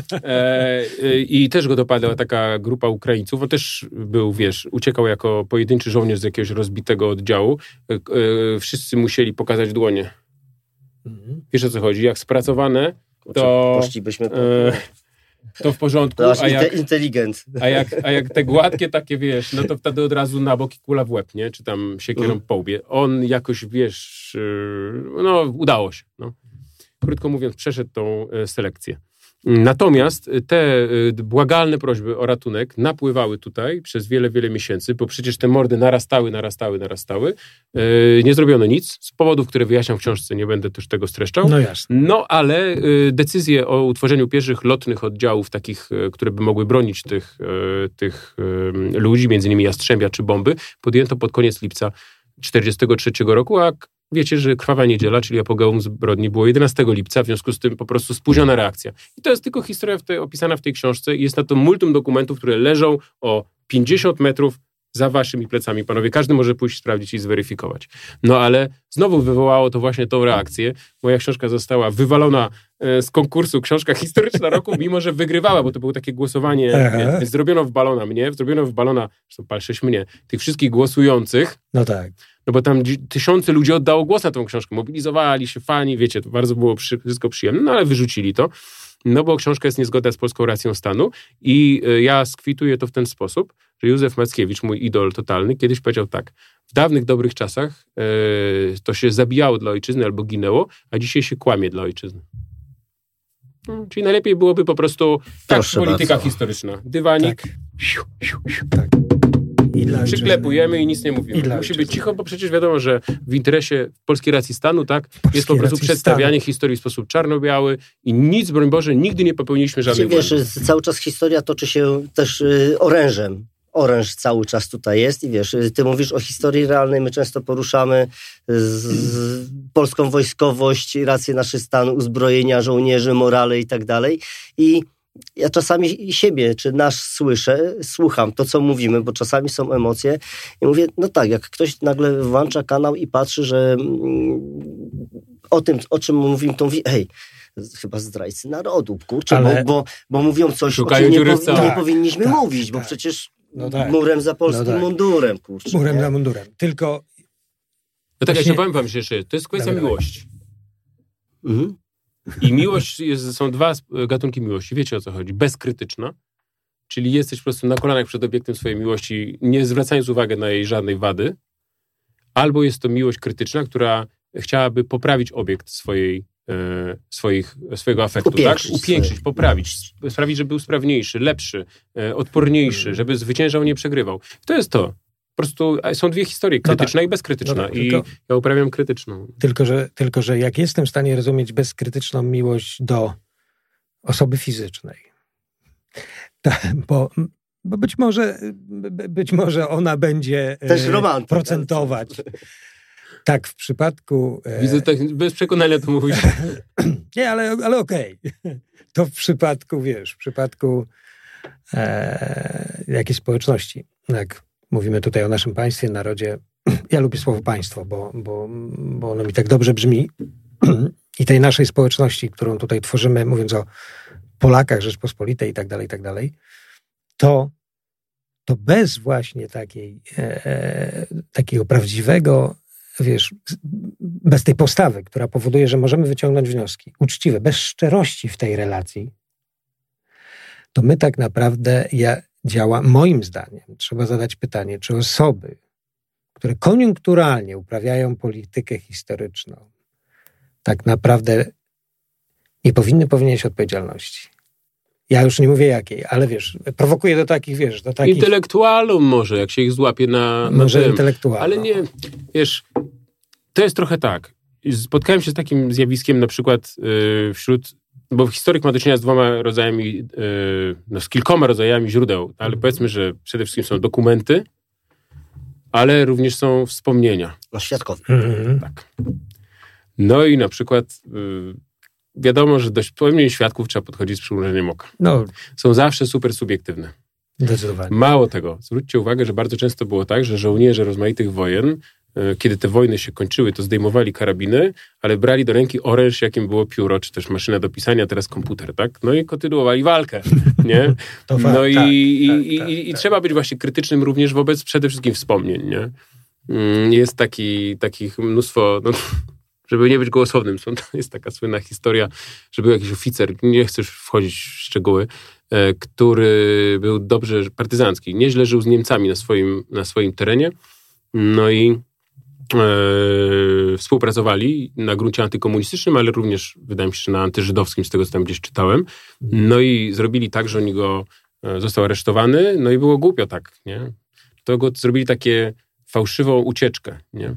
E, I też go dopadła taka grupa Ukraińców. On też był, wiesz, uciekał jako pojedynczy żołnierz z jakiegoś rozbitego oddziału. E, e, wszyscy musieli pokazać dłonie. Mm. Wiesz, o co chodzi? Jak spracowane, to... Poszlibyśmy... E, to w porządku, to a jak, inteligent. A, jak, a jak te gładkie takie, wiesz, no to wtedy od razu na bok i kula w łeb, nie? Czy tam siekierą mm. po łbie. On jakoś, wiesz, no udało się. No. Krótko mówiąc, przeszedł tą selekcję. Natomiast te błagalne prośby o ratunek napływały tutaj przez wiele, wiele miesięcy, bo przecież te mordy narastały, narastały, narastały. Nie zrobiono nic z powodów, które wyjaśniam w książce, nie będę też tego streszczał. No jasne. No ale decyzję o utworzeniu pierwszych lotnych oddziałów, takich, które by mogły bronić tych, tych ludzi, między innymi Jastrzębia czy Bomby, podjęto pod koniec lipca czterdziestego trzeciego roku, a wiecie, że Krwawa Niedziela, czyli apogeum zbrodni, było jedenastego lipca, w związku z tym po prostu spóźniona reakcja. I to jest tylko historia w tej, opisana w tej książce i jest na to multum dokumentów, które leżą o pięćdziesiąt metrów za waszymi plecami, panowie. Każdy może pójść sprawdzić i zweryfikować. No ale znowu wywołało to właśnie tą reakcję. Moja książka została wywalona z konkursu Książka Historyczna Roku, mimo że wygrywała, bo to było takie głosowanie. Aha. Więc zrobiono w balona mnie, zrobiono w balona, zresztą palsześ mnie, tych wszystkich głosujących. No tak. No bo tam tysiące ludzi oddało głos na tą książkę. Mobilizowali się fani, wiecie, to bardzo było przy, wszystko przyjemne, no ale wyrzucili to. No bo książka jest niezgodna z polską racją stanu i ja skwituję to w ten sposób, że Józef Mackiewicz, mój idol totalny, kiedyś powiedział tak: w dawnych dobrych czasach yy, to się zabijało dla ojczyzny albo ginęło, a dzisiaj się kłamie dla ojczyzny. No, czyli najlepiej byłoby po prostu tak, polityka bardzo historyczna. Dywanik, tak. Siu, siu, siu. Tak. I przyklepujemy i nic nie mówimy. I Musi być cicho, bo przecież wiadomo, że w interesie polskiej racji stanu, tak, polskiej jest po prostu przedstawianie stanu. Historii w sposób czarno-biały i nic, broń Boże, nigdy nie popełniliśmy żadnej Wiesz, błędu. Cały czas historia toczy się też y, orężem. Oręż cały czas tutaj jest i wiesz, ty mówisz o historii realnej, my często poruszamy z, z polską wojskowość, rację naszego stanu, uzbrojenia żołnierzy, morale i tak dalej. I ja czasami siebie, czy nas słyszę, słucham to, co mówimy, bo czasami są emocje i mówię, no tak, jak ktoś nagle włącza kanał i patrzy, że mm, o tym, o czym mówimy, to mówi, hej, chyba zdrajcy narodu, kurczę, Ale... bo, bo, bo mówią coś, o czym nie, powi- nie tak, powinniśmy tak, mówić, tak. bo przecież no tak. murem za polskim no tak. mundurem, kurczę. Murem nie? za mundurem, tylko... No tak, ja się powiem wam jeszcze, to jest kwestia Dobra, miłości. Mhm. I miłość, jest, są dwa gatunki miłości, wiecie o co chodzi, bezkrytyczna, czyli jesteś po prostu na kolanach przed obiektem swojej miłości, nie zwracając uwagi na jej żadnej wady, albo jest to miłość krytyczna, która chciałaby poprawić obiekt swojej, e, swoich, swojego afektu, upiększyć, tak? Upiększyć, poprawić, sprawić, żeby był sprawniejszy, lepszy, e, odporniejszy, żeby zwyciężał, nie przegrywał. To jest to. Po prostu są dwie historie, krytyczna no tak. i bezkrytyczna. No tak, I tylko, ja uprawiam krytyczną. Tylko że, tylko, że jak jestem w stanie rozumieć bezkrytyczną miłość do osoby fizycznej, to, bo, bo być może być może ona będzie też romantyk, procentować. Tak, w przypadku... Widzę, tak bez przekonania to mówisz. Nie, ale, ale okej. Okay. To w przypadku, wiesz, w przypadku e, jakiejś społeczności, jak mówimy tutaj o naszym państwie, narodzie. Ja lubię słowo państwo, bo, bo, bo ono mi tak dobrze brzmi. I tej naszej społeczności, którą tutaj tworzymy, mówiąc o Polakach, Rzeczpospolitej i tak dalej, i tak dalej, to, to bez właśnie takiej, e, takiego prawdziwego, wiesz, bez tej postawy, która powoduje, że możemy wyciągnąć wnioski uczciwe, bez szczerości w tej relacji, to my tak naprawdę ja, działa, moim zdaniem, trzeba zadać pytanie, czy osoby, które koniunkturalnie uprawiają politykę historyczną, tak naprawdę nie powinny ponieść odpowiedzialności. Ja już nie mówię jakiej, ale wiesz, prowokuje do takich, wiesz, do takich... Intelektualom może, jak się ich złapie na... na może tym. intelektualom. Ale nie, wiesz, to jest trochę tak. Spotkałem się z takim zjawiskiem na przykład yy, wśród... Bo historyk ma do czynienia z dwoma rodzajami, yy, no z kilkoma rodzajami źródeł, ale powiedzmy, że przede wszystkim są dokumenty, ale również są wspomnienia. No świadkowie. Mhm. Tak. No i na przykład yy, wiadomo, że do wspomnień świadków trzeba podchodzić z przymrużeniem oka. No. Są zawsze super subiektywne. Zdecydowanie. Mało tego. Zwróćcie uwagę, że bardzo często było tak, że żołnierze rozmaitych wojen, kiedy te wojny się kończyły, to zdejmowali karabiny, ale brali do ręki oręż, jakim było pióro, czy też maszyna do pisania, teraz komputer, tak? No i kontynuowali walkę, nie? To no fakt, i, tak, i, tak, i, tak, i, i tak. trzeba być właśnie krytycznym również wobec przede wszystkim wspomnień, nie? Jest taki, takich mnóstwo, no, żeby nie być gołosłownym, są, jest taka słynna historia, że był jakiś oficer, nie chcę już wchodzić w szczegóły, który był dobrze partyzancki, nieźle żył z Niemcami na swoim, na swoim terenie, no i e, współpracowali na gruncie antykomunistycznym, ale również, wydaje mi się, że na antyżydowskim, z tego co tam gdzieś czytałem, no i zrobili tak, że oni go, został aresztowany, no i było głupio tak, nie? To go zrobili takie fałszywą ucieczkę, nie?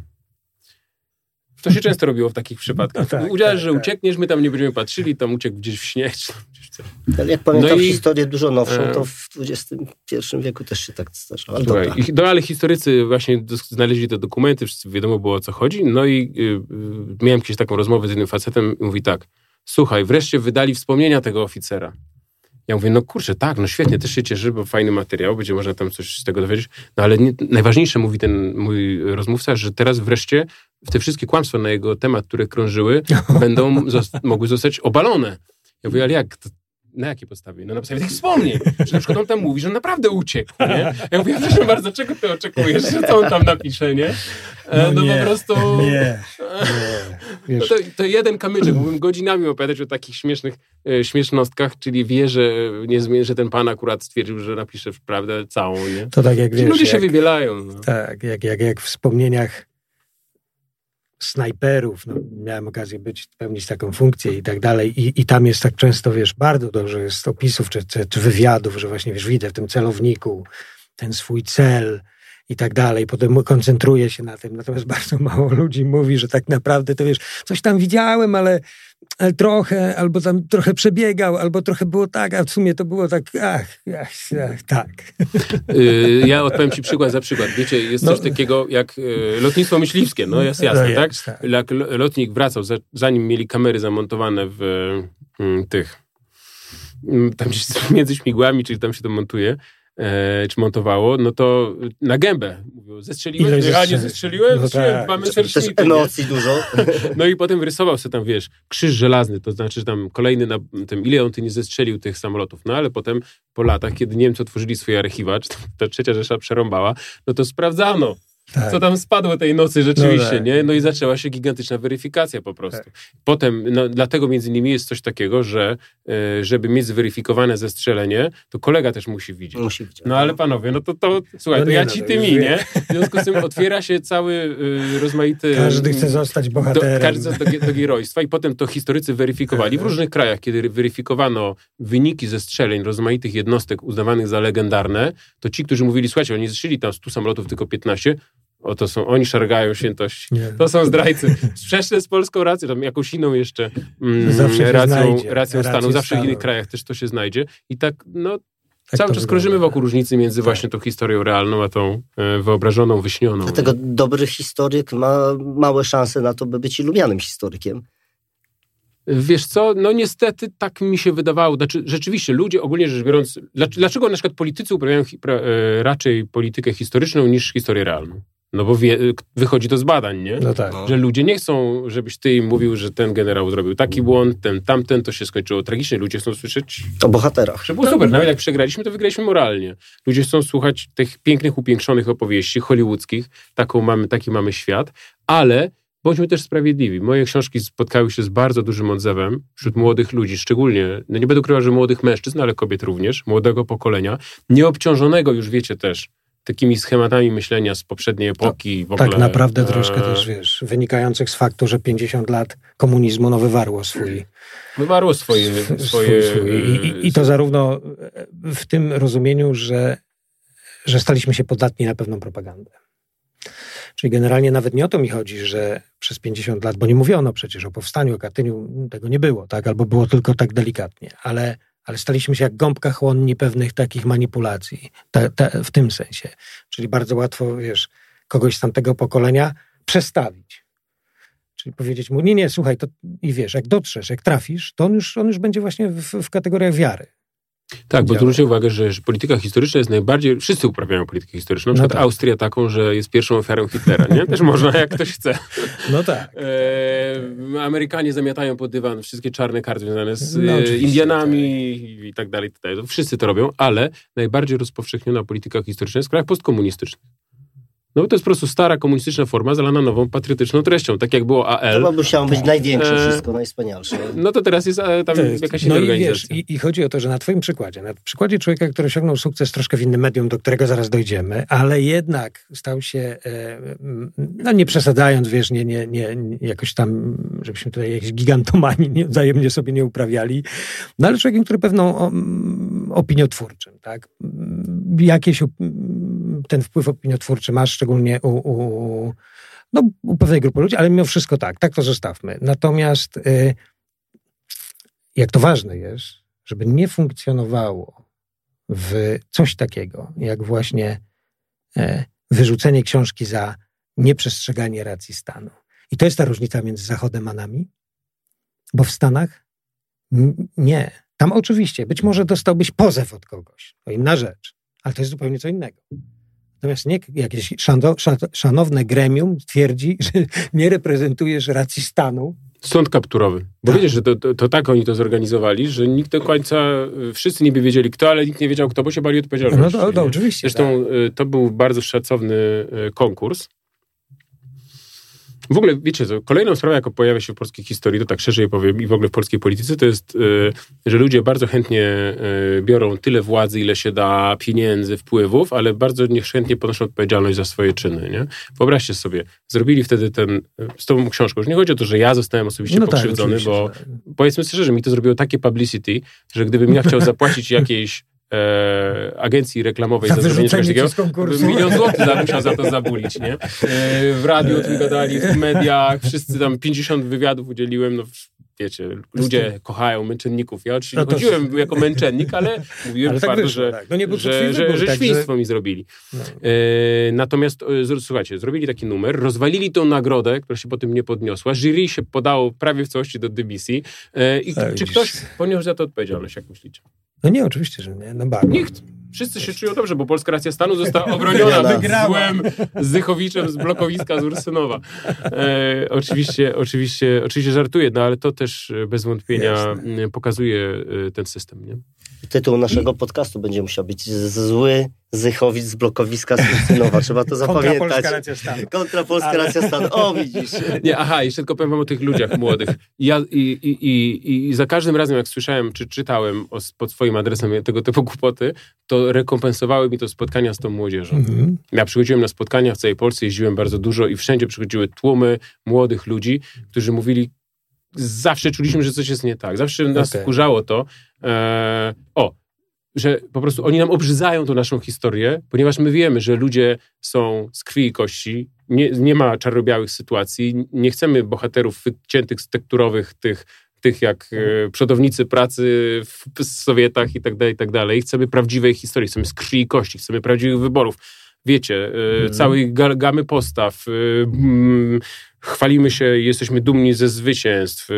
To się często robiło w takich przypadkach. No tak, Udział, tak, że tak. uciekniesz, my tam nie będziemy patrzyli, tam uciekł gdzieś w śnieg. Czy gdzieś coś. Ale jak pamiętam No i- historię dużo nowszą, to w dwudziestym pierwszym wieku też się tak zdarzało. Ale dobra. Słuchaj, i- no ale historycy właśnie dos- znaleźli te dokumenty, wszyscy wiadomo było o co chodzi, no i y, y, miałem kiedyś taką rozmowę z jednym facetem i mówi tak, słuchaj, wreszcie wydali wspomnienia tego oficera. Ja mówię, no kurczę, tak, no świetnie, też się cieszę, bo fajny materiał, będzie można tam coś z tego dowiedzieć, no ale nie, najważniejsze, mówi ten mój rozmówca, że teraz wreszcie te wszystkie kłamstwa na jego temat, które krążyły, będą zos- mogły zostać obalone. Ja mówię, ale jak? To, na jakiej podstawie? No na podstawie tych wspomnień. Że na przykład on tam mówi, że on naprawdę uciekł, nie? Ja mówię, ja proszę bardzo, czego ty oczekujesz, że co on tam napisze, nie? E, no nie, po prostu... Nie, nie. No Wiesz, to, to jeden kamyczek. Mógłbym godzinami opowiadać o takich śmiesznych e, śmiesznostkach, czyli wie, że, nie zmieni, że ten pan akurat stwierdził, że napisze prawdę całą, nie? to tak jak Ci wiesz, ludzie się jak, wybielają. No. tak, jak, jak, jak w wspomnieniach snajperów, no, miałem okazję być, pełnić taką funkcję i tak dalej i, i tam jest tak często, wiesz, bardzo dużo jest opisów czy, czy, czy wywiadów, że właśnie, wiesz, widzę w tym celowniku ten swój cel i tak dalej, potem koncentruję się na tym, natomiast bardzo mało ludzi mówi, że tak naprawdę to, wiesz, coś tam widziałem, ale, ale trochę, albo tam trochę przebiegał, albo trochę było tak, a w sumie to było tak, ach, ach, ach tak. Y, ja odpowiem ci przykład za przykład. Wiecie, jest No. coś takiego jak y, lotnictwo myśliwskie, no jest jasne, No tak? jest, tak. Jak lo- lotnik wracał, za, zanim mieli kamery zamontowane w y, tych, y, tam gdzieś między śmigłami, czyli tam się to montuje, e, czy montowało, no to na gębę. Mówił, zestrzeliłeś? Ile Ja nie zestrzeli- zestrzeliłem, no zestrzeliłem tak. dwa Też Messerschmitty, nie? emocji dużo. No i potem rysował sobie tam, wiesz, krzyż żelazny, to znaczy, że tam kolejny na tym, ile on ty nie zestrzelił tych samolotów. No ale potem po latach, kiedy Niemcy otworzyli swój archiwacz, ta trzecia Rzesza przerąbała, no to sprawdzano. tak. co tam spadło tej nocy rzeczywiście, no tak. nie? No i zaczęła się gigantyczna weryfikacja po prostu. Tak. Potem, no, dlatego między innymi jest coś takiego, że e, żeby mieć zweryfikowane zestrzelenie, to kolega też musi widzieć. Musi widzieć. No ale panowie, no to, to słuchaj, no to nie, ja no, ci to ty mi, wie. nie? W związku z tym otwiera się cały y, rozmaity... Każdy chce zostać bohaterem. Do, każdy do, do gierojstwa i potem to historycy weryfikowali w różnych krajach, kiedy weryfikowano wyniki zestrzeleń rozmaitych jednostek uznawanych za legendarne, to ci, którzy mówili, słuchajcie, oni zestrzelili tam stu samolotów tylko piętnaście, oto są, oni szargają świętość. Nie. To są zdrajcy. Sprzeczne z polską racją, tam jakąś inną jeszcze mm, racją, racją stanu. Zawsze stanu. W innych krajach też to się znajdzie. I tak, no, tak cały czas krążymy wokół różnicy między tak. właśnie tą historią realną, a tą e, wyobrażoną, wyśnioną. Dlatego nie? Dobry historyk ma małe szanse na to, by być lubianym historykiem. Wiesz co, no niestety tak mi się wydawało. Znaczy, rzeczywiście ludzie ogólnie rzecz biorąc, dlaczego na przykład politycy uprawiają hi, pra, e, raczej politykę historyczną niż historię realną? No bo wie, wychodzi to z badań, nie? No tak. Że ludzie nie chcą, żebyś ty im mówił, że ten generał zrobił taki błąd, ten tamten, to się skończyło tragicznie. Ludzie chcą słyszeć... O bohaterach. Że było super. Nawet jak przegraliśmy, to wygraliśmy moralnie. Ludzie chcą słuchać tych pięknych, upiększonych opowieści hollywoodzkich. Taką mamy, taki mamy świat. Ale bądźmy też sprawiedliwi. Moje książki spotkały się z bardzo dużym odzewem wśród młodych ludzi, szczególnie, no nie będę ukrywał, że młodych mężczyzn, ale kobiet również, młodego pokolenia, nieobciążonego już, wiecie też, takimi schematami myślenia z poprzedniej epoki. To, w ogóle, tak naprawdę e... troszkę też, wiesz, wynikających z faktu, że pięćdziesiąt lat komunizmu no, wywarło swój... Wywarło swoje... swoje swój, i, I to zarówno w tym rozumieniu, że, że staliśmy się podatni na pewną propagandę. Czyli generalnie nawet nie o to mi chodzi, że przez pięćdziesiąt lat, bo nie mówiono przecież o powstaniu, o Katyniu, tego nie było, tak? Albo było tylko tak delikatnie, ale... ale staliśmy się jak gąbka chłonni pewnych takich manipulacji, ta, ta, w tym sensie. Czyli bardzo łatwo, wiesz, kogoś z tamtego pokolenia przestawić. Czyli powiedzieć mu, nie, nie, słuchaj, to i wiesz, jak dotrzesz, jak trafisz, to on już, on już będzie właśnie w, w kategoriach wiary. Tak, bo zwróćcie uwagę, że, że polityka historyczna jest najbardziej... Wszyscy uprawiają politykę historyczną. Na przykład no tak. Austria taką, że jest pierwszą ofiarą Hitlera, nie? Też można, jak ktoś chce. No tak. E, Amerykanie zamiatają pod dywan wszystkie czarne karty związane z no, Indianami tak. i tak dalej. Wszyscy to robią, ale najbardziej rozpowszechniona polityka historyczna jest w krajach postkomunistycznych. No bo to jest po prostu stara komunistyczna forma zalana nową, patriotyczną treścią. Tak jak było A L. To by musiało być największe wszystko, najwspanialsze. No to teraz jest tam to jest, jakaś inna no organizacja. I, wiesz, i, I chodzi o to, że na twoim przykładzie, na przykładzie człowieka, który osiągnął sukces troszkę w innym medium, do którego zaraz dojdziemy, ale jednak stał się, no nie przesadzając, wiesz, nie, nie, nie, jakoś tam, żebyśmy tutaj jakieś gigantomanii nie, wzajemnie sobie nie uprawiali, no ale człowiekiem, który pewną opiniotwórczym, tak? Jakieś ten wpływ opiniotwórczy masz, szczególnie u, u, no, u pewnej grupy ludzi, ale mimo wszystko tak, tak to zostawmy. Natomiast y, jak to ważne jest, żeby nie funkcjonowało w coś takiego, jak właśnie y, wyrzucenie książki za nieprzestrzeganie racji stanu. I to jest ta różnica między Zachodem a nami, bo w Stanach n- nie. Tam oczywiście, być może dostałbyś pozew od kogoś, to inna rzecz, ale to jest zupełnie co innego. Natomiast nie jakieś szanowne gremium twierdzi, że nie reprezentujesz racji stanu. Sąd kapturowy. Bo tak. Wiecie, że to, to, to tak oni to zorganizowali, że nikt do końca, wszyscy niby wiedzieli kto, ale nikt nie wiedział kto, bo się bali odpowiedzialności. No to, to oczywiście. Zresztą tak. To był bardzo szacowny konkurs. W ogóle, wiecie co, kolejną sprawą, jaka pojawia się w polskiej historii, to tak szerzej powiem i w ogóle w polskiej polityce, to jest, że ludzie bardzo chętnie biorą tyle władzy, ile się da, pieniędzy, wpływów, ale bardzo niechętnie ponoszą odpowiedzialność za swoje czyny, nie? Wyobraźcie sobie, zrobili wtedy ten, z tą książką, już nie chodzi o to, że ja zostałem osobiście no pokrzywdzony, tak, bo powiedzmy szczerze, mi to zrobiło takie publicity, że gdybym ja chciał zapłacić jakiejś E, agencji reklamowej za, za zrobienie czegoś takiego, milion złotych za, musiał za to zabulić, nie? E, w radiu tu gadali, w mediach, wszyscy tam pięćdziesiąt wywiadów udzieliłem, no wiecie, ludzie kochają męczenników. Ja oczywiście no nie chodziłem to... jako męczennik, ale mówiłem ale twardo, tak że, tak. no nie że, że, wybór, że tak, świństwo że... mi zrobili. No. E, natomiast, e, słuchajcie, zrobili taki numer, rozwalili tą nagrodę, która się potem nie podniosła, jury się podało prawie w całości do dymisji e, i tak, czy widzisz. Ktoś poniósł za to odpowiedzialność, jak myślicie? No nie, oczywiście, że nie. No bardzo. Nikt. Wszyscy się czują dobrze, bo polska racja stanu została obroniona złem Zychowiczem z blokowiska z Ursynowa. E, oczywiście, oczywiście, oczywiście żartuję, no ale to też bez wątpienia Jasne. pokazuje ten system, nie? Tytuł naszego podcastu będzie musiał być Zły Zychowicz z blokowiska z Ursynowa. Trzeba to zapamiętać. Kontrapolska racja stanu. Kontrapolska Ale... racja stanu. O, widzisz. Nie, aha, jeszcze tylko powiem wam o tych ludziach młodych. Ja i, i, i, i za każdym razem, jak słyszałem, czy czytałem o, pod swoim adresem tego typu głupoty, to rekompensowały mi to spotkania z tą młodzieżą. Mm-hmm. Ja przychodziłem na spotkania w całej Polsce, jeździłem bardzo dużo i wszędzie przychodziły tłumy młodych ludzi, którzy mówili, zawsze czuliśmy, że coś jest nie tak. Zawsze nas okay. wkurzało to. E, o, że po prostu oni nam obrzydzają tą naszą historię, ponieważ my wiemy, że ludzie są z krwi i kości, nie, nie ma czarno-białych sytuacji, nie chcemy bohaterów wyciętych z tekturowych, tych, tych jak e, przodownicy pracy w, w Sowietach i tak dalej, i tak dalej. Chcemy prawdziwej historii, chcemy z krwi i kości, chcemy prawdziwych wyborów. Wiecie, e, mm. całej gamy postaw, e, mm, chwalimy się, jesteśmy dumni ze zwycięstw,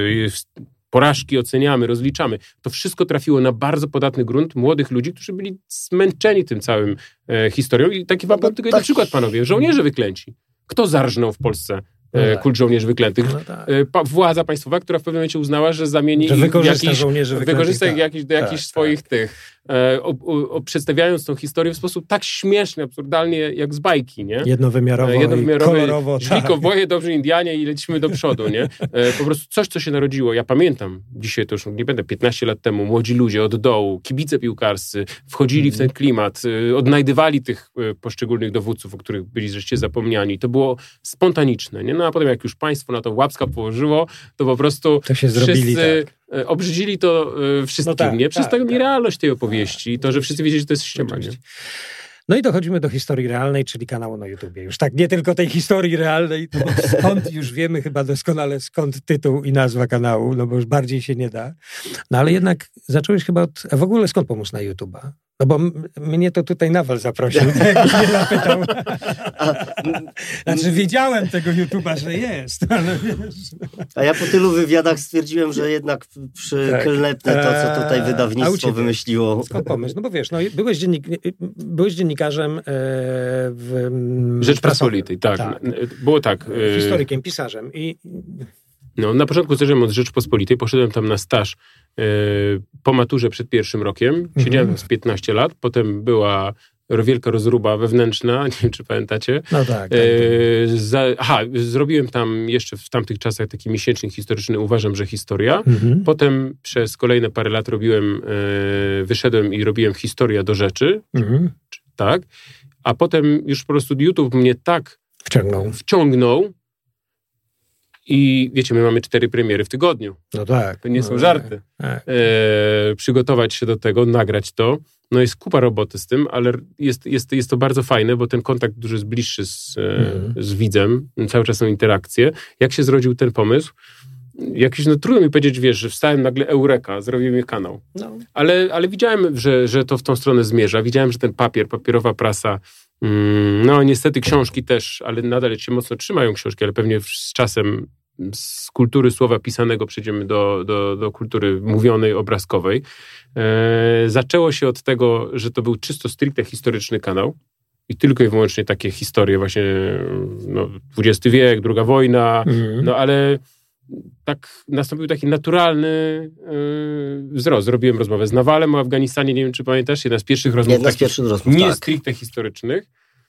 e, porażki oceniamy, rozliczamy. To wszystko trafiło na bardzo podatny grunt młodych ludzi, którzy byli zmęczeni tym całym e, historią. I taki wam no, tylko jeden tak. przykład, panowie. Żołnierze wyklęci. Kto zarżnął w Polsce e, kult żołnierzy wyklętych? No tak. e, pa, władza państwowa, która w pewnym momencie uznała, że zamieni że wykorzysta jakiś, żołnierzy wyklętych. Wykorzysta ich jakiś, do jakichś tak, swoich tak. tych... E, o, o, o, przedstawiając tą historię w sposób tak śmieszny, absurdalnie, jak z bajki, nie? Jednowymiarowo, e, jednowymiarowo i kolorowo. Źli kowboje, dobrzy Indianie i lecimy do przodu, nie? E, po prostu coś, co się narodziło. Ja pamiętam, dzisiaj to już nie będę, piętnaście lat temu, młodzi ludzie od dołu, kibice piłkarscy, wchodzili mm. w ten klimat, e, odnajdywali tych e, poszczególnych dowódców, o których byli żeście zapomniani. To było spontaniczne, nie? No a potem jak już państwo na to łapska położyło, to po prostu to się wszyscy... zrobili, tak. Obrzydzili to y, wszystkim, no tak, nie? Przez tak, taką tak. nierealność tej opowieści, tak, to, że wszyscy wiedzieli, że to jest ściema, nie? No i dochodzimy do historii realnej, czyli kanału na YouTubie. Już tak nie tylko tej historii realnej, no bo skąd już wiemy chyba doskonale, skąd tytuł i nazwa kanału, no bo już bardziej się nie da. No ale jednak zacząłeś chyba od... A w ogóle skąd pomysł na YouTube'a? No bo m- mnie to tutaj Nawal zaprosił, jakbyś mnie zapytał. Znaczy wiedziałem tego YouTube'a, że jest, ale wiesz. A ja po tylu wywiadach stwierdziłem, że jednak przyklepnę tak. to, co tutaj wydawnictwo wymyśliło. Skąd pomysł? No bo wiesz, no, byłeś, dziennik, byłeś dziennikarzem e, w Rzeczpospolitej, tak. tak. Było tak. E... Historykiem, pisarzem i... No, na początku zacząłem od Rzeczpospolitej, poszedłem tam na staż e, po maturze przed pierwszym rokiem. Siedziałem tam z piętnaście lat, potem była wielka rozruba wewnętrzna, nie wiem, czy pamiętacie. No tak. tak, tak. E, za, aha, zrobiłem tam jeszcze w tamtych czasach taki miesięcznik historyczny, uważam, że historia. Mhm. Potem przez kolejne parę lat robiłem, e, wyszedłem i robiłem historia do rzeczy. Mhm. Tak. A potem już po prostu YouTube mnie tak wciągnął. wciągnął, i wiecie, my mamy cztery premiery w tygodniu. No tak. To nie no są żarty. Tak. E, przygotować się do tego, nagrać to. No jest kupa roboty z tym, ale jest, jest, jest to bardzo fajne, bo ten kontakt dużo jest bliższy z, mm. z widzem. Cały czas są interakcje. Jak się zrodził ten pomysł? Jakiś, no trudno mi powiedzieć, wiesz, że wstałem nagle eureka, zrobimy kanał. No. Ale, ale widziałem, że, że to w tą stronę zmierza. Widziałem, że ten papier, papierowa prasa, mm, no niestety książki też, ale nadal się mocno trzymają książki, ale pewnie z czasem z kultury słowa pisanego przejdziemy do, do, do kultury mówionej, obrazkowej. E, zaczęło się od tego, że to był czysto stricte historyczny kanał i tylko i wyłącznie takie historie właśnie, no, dwudziesty wiek, druga wojna, mm. no ale tak nastąpił taki naturalny yy, wzrost. Zrobiłem rozmowę z Nawalem o Afganistanie, nie wiem, czy pamiętasz, jedna z pierwszych rozmów, jedna z pierwszych rozmów nie tak. stricte historycznych.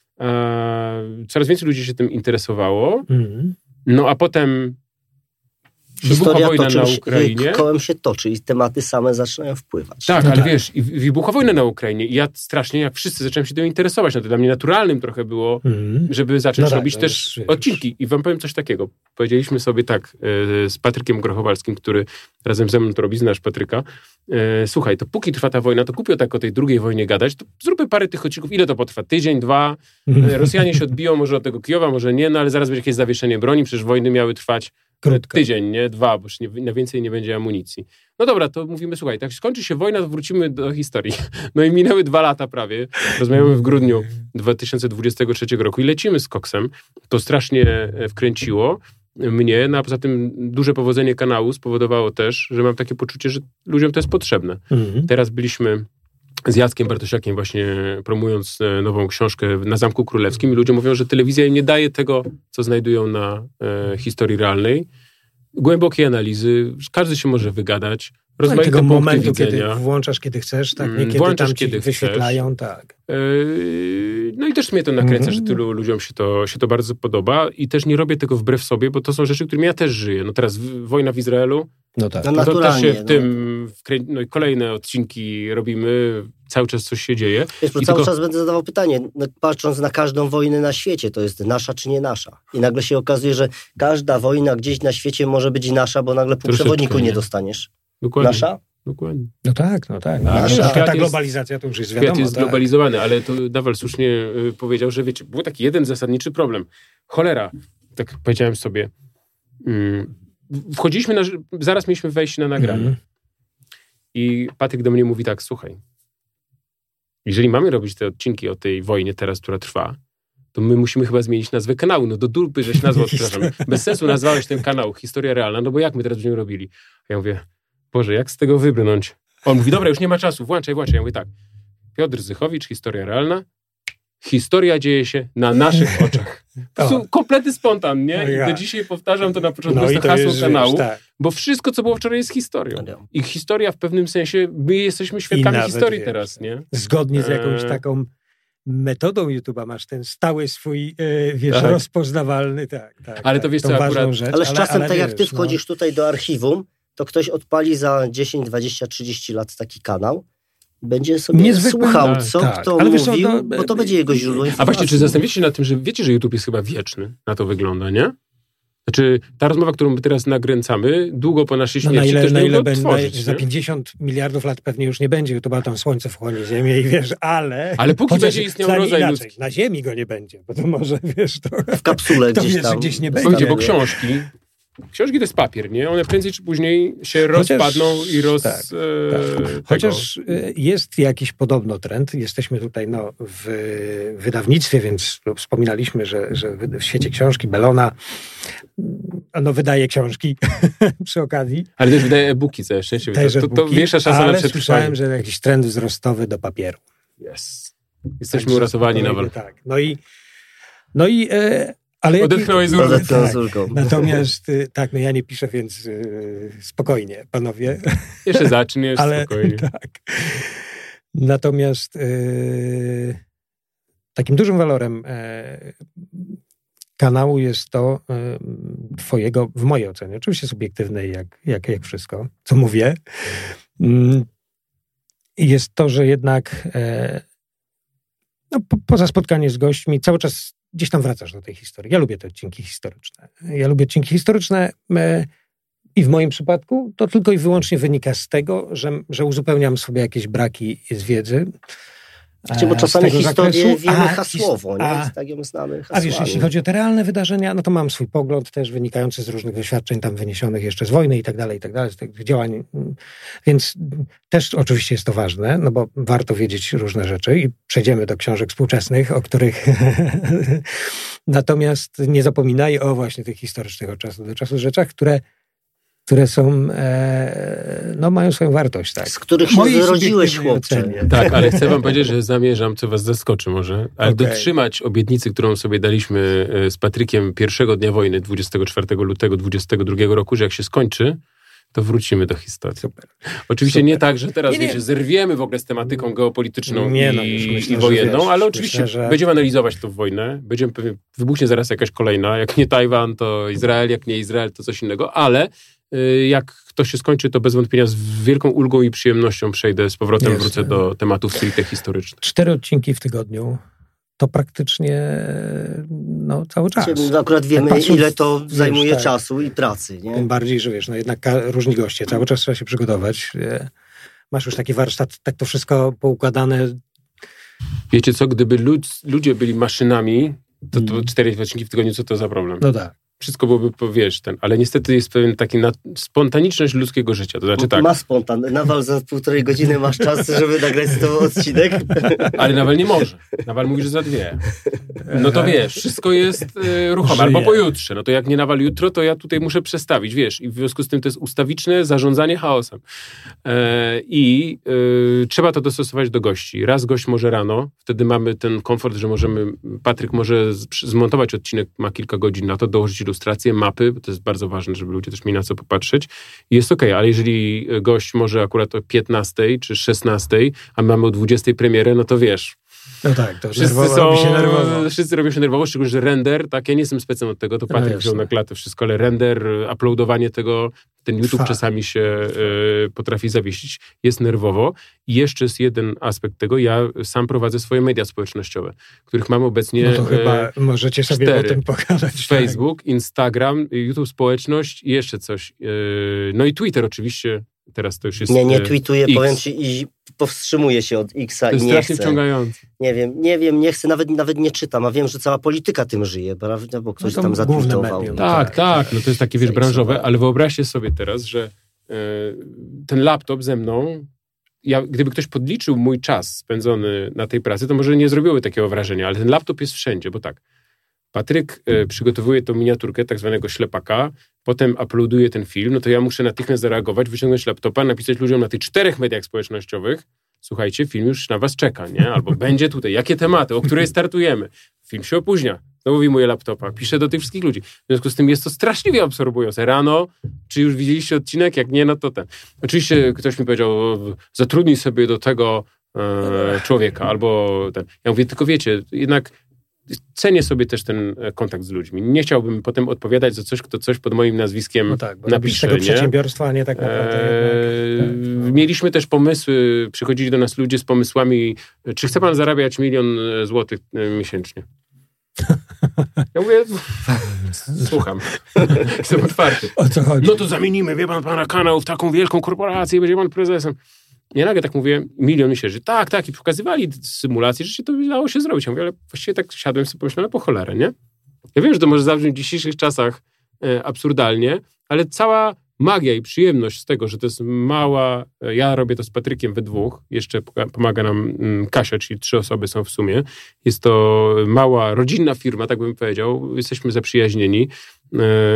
E, coraz więcej ludzi się tym interesowało. Mm. No a potem historia wojna toczy, na Ukrainie. Kołem się toczy i tematy same zaczynają wpływać. Tak, no ale tak. wiesz, i wybuchła wojna na Ukrainie i ja strasznie, jak wszyscy, zacząłem się tym interesować. No to dla mnie naturalnym trochę było, mm. żeby zacząć no robić tak, też już, odcinki. Już. I wam powiem coś takiego. Powiedzieliśmy sobie tak yy, z Patrykiem Grochowalskim, który razem ze mną to robi, znasz Patryka. Yy, słuchaj, to póki trwa ta wojna, to kupię tak o tej drugiej wojnie gadać, to zróbmy parę tych odcinków. Ile to potrwa? Tydzień, dwa? Yy, Rosjanie się odbiją może od tego Kijowa, może nie, no ale zaraz będzie jakieś zawieszenie broni, przecież wojny miały trwać krótko. Tydzień, nie? Dwa, bo już nie, na więcej nie będzie amunicji. No dobra, to mówimy, słuchaj, tak skończy się wojna, to wrócimy do historii. No i minęły dwa lata prawie. Rozmawiamy w grudniu dwa tysiące dwudziestego trzeciego roku i lecimy z koksem. To strasznie wkręciło mnie, no a poza tym duże powodzenie kanału spowodowało też, że mam takie poczucie, że ludziom to jest potrzebne. Mhm. Teraz byliśmy z Jackiem Bartosiakiem właśnie promując nową książkę na Zamku Królewskim i ludzie mówią, że telewizja im nie daje tego, co znajdują na e, historii realnej. Głębokiej analizy, każdy się może wygadać, rozmaite no punkty momentu, widzenia. kiedy włączasz, kiedy chcesz, tak, nie kiedy Włączasz, tam ci kiedy wyświetlają, chcesz. tak. Yy, no i też mnie to nakręca, mm-hmm. że tylu ludziom się to, się to bardzo podoba i też nie robię tego wbrew sobie, bo to są rzeczy, którymi ja też żyję. No teraz w, wojna w Izraelu, no tak. No to też się w no. tym, w, no i kolejne odcinki robimy, cały czas coś się dzieje. Wiesz, bo I cały tylko... czas będę zadawał pytanie, no, patrząc na każdą wojnę na świecie, to jest nasza czy nie nasza? I nagle się okazuje, że każda wojna gdzieś na świecie może być nasza, bo nagle pół przewodniku nie dostaniesz. Dokładnie. Nasza? Dokładnie. No tak, no tak. A, Nasza, ta, ta globalizacja to już jest wiadomo. Świat jest tak. globalizowany, ale to Nawal słusznie y, powiedział, że wiecie, był taki jeden zasadniczy problem. Cholera, tak powiedziałem sobie. Y, wchodziliśmy na, zaraz mieliśmy wejść na nagranie. Mm. I Patryk do mnie mówi tak, słuchaj, jeżeli mamy robić te odcinki o tej wojnie teraz, która trwa, to my musimy chyba zmienić nazwę kanału. No do dupy, żeś nazwał, przepraszam. Bez sensu nazwałeś ten kanał Historia Realna, no bo jak my teraz będziemy robili? Ja mówię, Boże, jak z tego wybrnąć? On mówi, dobra, już nie ma czasu, włączaj, włączaj. Ja mówię tak, Piotr Zychowicz, Historia Realna. Historia dzieje się na naszych oczach. To kompletny spontan, nie? I do dzisiaj powtarzam to na początku, no to hasło jest, kanału, tak. bo wszystko, co było wczoraj, jest historią. I historia w pewnym sensie, my jesteśmy świadkami historii wiesz, teraz, nie? Zgodnie z jakąś taką metodą YouTube'a masz ten stały swój, e, wiesz, tak. rozpoznawalny, tak. tak ale to wiesz co, akurat... Rzecz, ale z czasem, ale, ale tak wiesz, jak ty wchodzisz no. tutaj do archiwum, to ktoś odpali za dziesięć, dwadzieścia, trzydzieści lat taki kanał, będzie sobie Niezwykle, słuchał, tak, co tak. kto ale mówił, wiesz, no, bo to będzie jego źródło informacji. A właśnie, czy zastanawiacie się nad tym, że wiecie, że YouTube jest chyba wieczny? Na to wygląda, nie? Znaczy, ta rozmowa, którą my teraz nakręcamy, długo po naszej śmierci, no, na ile, ktoś na ile będzie, tworzyć, za pięćdziesiąt miliardów lat pewnie już nie będzie YouTube'a, tam słońce wchłonie ziemię i wiesz, ale... Ale póki będzie istniał rodzaj ludzki. Na ziemi go nie będzie, bo to może, wiesz, to... W kapsule to gdzieś wiesz, tam. Gdzieś nie będzie. Będzie, bo książki... Książki to jest papier, nie? One prędzej czy później się Chociaż, rozpadną i roz... Tak, e, tak. Chociaż jest jakiś podobno trend. Jesteśmy tutaj no, w wydawnictwie, więc wspominaliśmy, że, że w świecie książki Bellona no, wydaje książki przy okazji. Ale też wydaje e-booki, całe szczęście. Też to, to, to większa szansa ale na przetrwanie. Słyszałem, że jakiś trend wzrostowy do papieru. Yes. Jesteśmy tak, uratowani Nawal. Tak. No i... No i e, Ale Odetchnąłeś z ulgą. Tak. Natomiast tak, no ja nie piszę, więc yy, spokojnie, panowie. Jeszcze zaczniesz Ale, spokojnie. Tak. Natomiast yy, takim dużym walorem yy, kanału jest to yy, twojego, w mojej ocenie, oczywiście subiektywnej, jak, jak, jak wszystko, co mówię, yy, jest to, że jednak yy, no, po, poza spotkaniem z gośćmi cały czas gdzieś tam wracasz do tej historii. Ja lubię te odcinki historyczne. Ja lubię odcinki historyczne e, i w moim przypadku to tylko i wyłącznie wynika z tego, że, że uzupełniam sobie jakieś braki z wiedzy. Znaczy, bo czasami historię wiemy a, hasłowo, nie? A, tak ją znamy hasłami. A wiesz, jeśli chodzi o te realne wydarzenia, no to mam swój pogląd też wynikający z różnych doświadczeń tam wyniesionych jeszcze z wojny i tak dalej, i tak dalej, z tych działań. Więc też oczywiście jest to ważne, no bo warto wiedzieć różne rzeczy i przejdziemy do książek współczesnych, o których natomiast nie zapominaj o właśnie tych historycznych od czasu do czasu rzeczach, które które są, e, no mają swoją wartość, tak. Z których się zrodziłeś, chłopcze. Tak, ale chcę wam powiedzieć, że zamierzam, co was zaskoczy może, ale okay. dotrzymać obietnicy, którą sobie daliśmy z Patrykiem pierwszego dnia wojny, dwudziestego czwartego lutego dwudziestego drugiego roku, że jak się skończy, to wrócimy do historii. Super. Oczywiście Super. nie tak, że teraz, nie, nie. wiecie, zerwiemy w ogóle z tematyką geopolityczną nie, no, i, myślę, i wojenną, wiesz, ale oczywiście myślę, że... będziemy analizować tę wojnę, będziemy pewnie, wybuchnie zaraz jakaś kolejna, jak nie Tajwan, to Izrael, jak nie Izrael, to coś innego, ale jak to się skończy, to bez wątpienia z wielką ulgą i przyjemnością przejdę z powrotem, Jest. wrócę do tematów stricte historycznych. Cztery odcinki w tygodniu to praktycznie no, cały czas. Znaczy, akurat wiemy, tak patrząc, ile to zajmuje wiesz, tak, czasu i pracy. Nie? Tym bardziej, że wiesz, no jednak różni goście, cały czas trzeba się przygotować. Masz już taki warsztat, tak to wszystko poukładane. Wiecie co, gdyby lud, ludzie byli maszynami, to, to cztery odcinki w tygodniu, co to za problem? No tak. Wszystko byłoby, wiesz, ten, ale niestety jest pewien taki na, spontaniczność ludzkiego życia, to znaczy tak. Ma spontan, Nawal za półtorej godziny masz czas, żeby nagrać z tobą odcinek. Ale Nawal nie może. Nawal mówi, że za dwie. No to wiesz, wszystko jest y, ruchome, albo pojutrze. No to jak nie Nawal jutro, to ja tutaj muszę przestawić, wiesz, i w związku z tym to jest ustawiczne zarządzanie chaosem. E, I y, trzeba to dostosować do gości. Raz gość może rano, wtedy mamy ten komfort, że możemy, Patryk może z, zmontować odcinek, ma kilka godzin na to, dołożyć ilustracje, mapy, bo to jest bardzo ważne, żeby ludzie też mieli na co popatrzeć. I jest okej, okay, ale jeżeli gość może akurat o piętnastej czy szesnastej, a my mamy o dwudziestej premierę, no to wiesz... No tak, to wszyscy nerwowo, są, robi się nerwowo. Wszyscy robią się nerwowo, szczególnie, że render, tak, ja nie jestem specem od tego, to Patryk no wziął na klatę wszystko, ale render, uploadowanie tego, ten YouTube Fa. czasami się y, potrafi zawiesić, jest nerwowo. I jeszcze jest jeden aspekt tego, ja sam prowadzę swoje media społecznościowe, których mam obecnie No to chyba y, możecie sobie cztery. o tym pogadać. Facebook, tak. Instagram, YouTube społeczność i jeszcze coś. Y, no i Twitter oczywiście. Teraz to już jest Nie, nie tweetuję, X. powiem ci, i powstrzymuję się od X-a to jest i nie strasznie chcę. wciągające. Nie wiem, nie wiem, nie chcę, nawet, nawet nie czytam, a wiem, że cała polityka tym żyje, prawda, bo ktoś no tam zatwitował. Tak, tak, tak, no to jest takie, wiesz, branżowe, ale wyobraźcie sobie teraz, że e, ten laptop ze mną, ja, gdyby ktoś podliczył mój czas spędzony na tej pracy, to może nie zrobiłoby takiego wrażenia, ale ten laptop jest wszędzie, bo tak, Patryk e, przygotowuje tą miniaturkę tak zwanego ślepaka, potem uploaduje ten film, no to ja muszę natychmiast zareagować, wyciągnąć laptopa, napisać ludziom na tych czterech mediach społecznościowych, słuchajcie, film już na was czeka, nie? Albo będzie tutaj, jakie tematy, o której startujemy. Film się opóźnia, znowu wyjmuję laptopa, piszę do tych wszystkich ludzi. W związku z tym jest to straszliwie absorbujące. Rano, czy już widzieliście odcinek? Jak nie, no to ten. Oczywiście ktoś mi powiedział, zatrudnij sobie do tego e, człowieka, albo ten. Ja mówię, tylko wiecie, jednak cenię sobie też ten kontakt z ludźmi. Nie chciałbym potem odpowiadać za coś, kto coś pod moim nazwiskiem no tak, bo napisze. Tego nie? przedsiębiorstwa, a nie tak naprawdę. Eee, jednak, tak. Mieliśmy też pomysły, przychodzili do nas ludzie z pomysłami, czy chce pan zarabiać milion złotych miesięcznie? Ja mówię, słucham. Jestem otwarty. O co chodzi? No to zamienimy, wie pan, pana kanał w taką wielką korporację, będzie pan prezesem. Ja nagle tak mówię, milion myślę, tak, tak, i pokazywali symulacje, że się to dało się zrobić. Ja mówię, ale właściwie tak siadłem sobie, pomyślałem, no po cholerę, nie? Ja wiem, że to może zabrzmieć w dzisiejszych czasach e, absurdalnie, ale cała magia i przyjemność z tego, że to jest mała, e, ja robię to z Patrykiem we dwóch, jeszcze pomaga nam mm, Kasia, czyli trzy osoby są w sumie. Jest to mała, rodzinna firma, tak bym powiedział, jesteśmy zaprzyjaźnieni. E,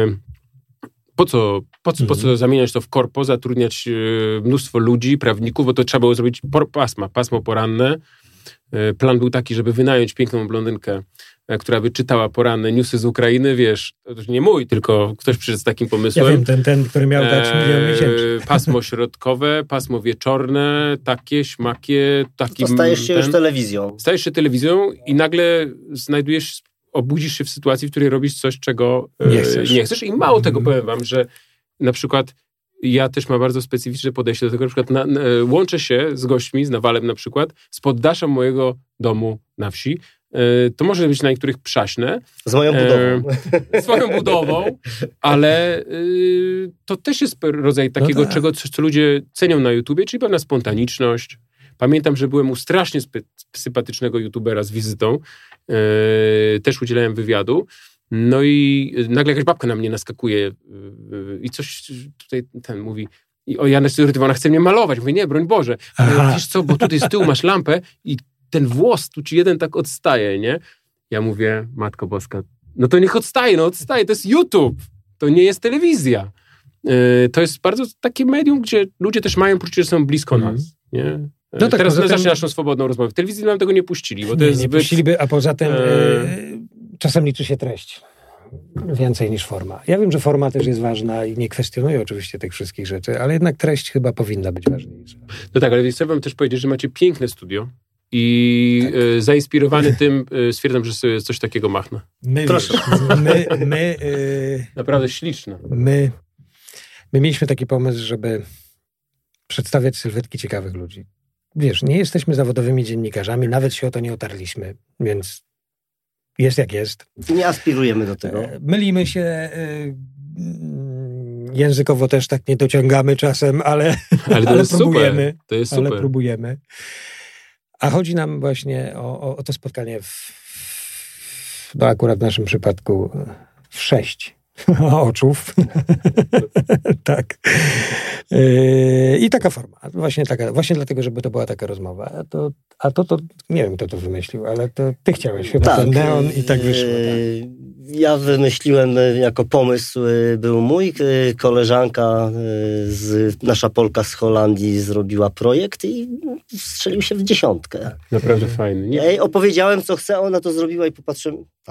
Po co, po, co, po co zamieniać to w korpo, zatrudniać mnóstwo ludzi, prawników, bo to trzeba było zrobić por, pasma, pasmo poranne. Plan był taki, żeby wynająć piękną blondynkę, która by czytała poranne newsy z Ukrainy, wiesz, to już nie mój, tylko ktoś przyszedł z takim pomysłem. Ja wiem, ten, ten który miał dać milion miesięcznie. Pasmo środkowe, pasmo wieczorne, takie, śmakie, takim... To stajesz się ten, już telewizją. Stajesz się telewizją i nagle znajdujesz... obudzisz się w sytuacji, w której robisz coś, czego nie chcesz. Nie chcesz. I mało tego powiem wam, że na przykład ja też mam bardzo specyficzne podejście do tego, na przykład na, na, łączę się z gośćmi, z Nawalem na przykład, z poddaszem mojego domu na wsi. To może być na niektórych przaśne. Z moją budową. E, z moją budową, ale y, to też jest rodzaj takiego, no tak. czego, co ludzie cenią na YouTubie, czyli pewna spontaniczność. Pamiętam, że byłem u strasznie sp- sympatycznego youtubera z wizytą. Yy, też udzielałem wywiadu. No i nagle jakaś babka na mnie naskakuje yy, i coś tutaj ten mówi. I o, Janek ona chce mnie malować. Mówię, nie, broń Boże. Ale wiesz co, bo tutaj z tyłu masz lampę i ten włos tu ci jeden tak odstaje, nie? Ja mówię, Matko Boska, no to niech odstaje, no odstaje, to jest YouTube. To nie jest telewizja. Yy, to jest bardzo takie medium, gdzie ludzie też mają poczucie, że są blisko mm. nas, nie? No tak, teraz zacznę naszą swobodną rozmowę. W telewizji nam tego nie puścili, bo to nie, jest nie zbyt... puściliby, a poza tym e... czasem liczy się treść. Więcej niż forma. Ja wiem, że forma też jest ważna i nie kwestionuję oczywiście tych wszystkich rzeczy, ale jednak treść chyba powinna być ważniejsza. No tak, ale chcę wam też powiedzieć, że macie piękne studio i tak. e, zainspirowany tym e, stwierdzam, że sobie coś takiego machnę. My, Proszę. my, my e... Naprawdę śliczne. My, my mieliśmy taki pomysł, żeby przedstawiać sylwetki ciekawych ludzi. Wiesz, nie jesteśmy zawodowymi dziennikarzami, nawet się o to nie otarliśmy, więc jest jak jest. Nie aspirujemy do tego. Mylimy się, językowo też tak nie dociągamy czasem, ale, ale, to ale jest próbujemy. Super. To jest ale super. próbujemy. A chodzi nam właśnie o, o, o to spotkanie w, no akurat w naszym przypadku w sześć oczów. Tak. Yy, I taka forma. Właśnie taka, właśnie dlatego, żeby to była taka rozmowa. A to, a to, to nie wiem, kto to wymyślił, ale to ty chciałeś chyba tak, ten neon i tak wyszło. Yy, tak. Ja wymyśliłem jako pomysł, był mój. Koleżanka, z, nasza Polka z Holandii zrobiła projekt i strzelił się w dziesiątkę. Naprawdę fajny. Nie? Ja jej opowiedziałem, co chcę, ona to zrobiła i popatrzyłem, tak.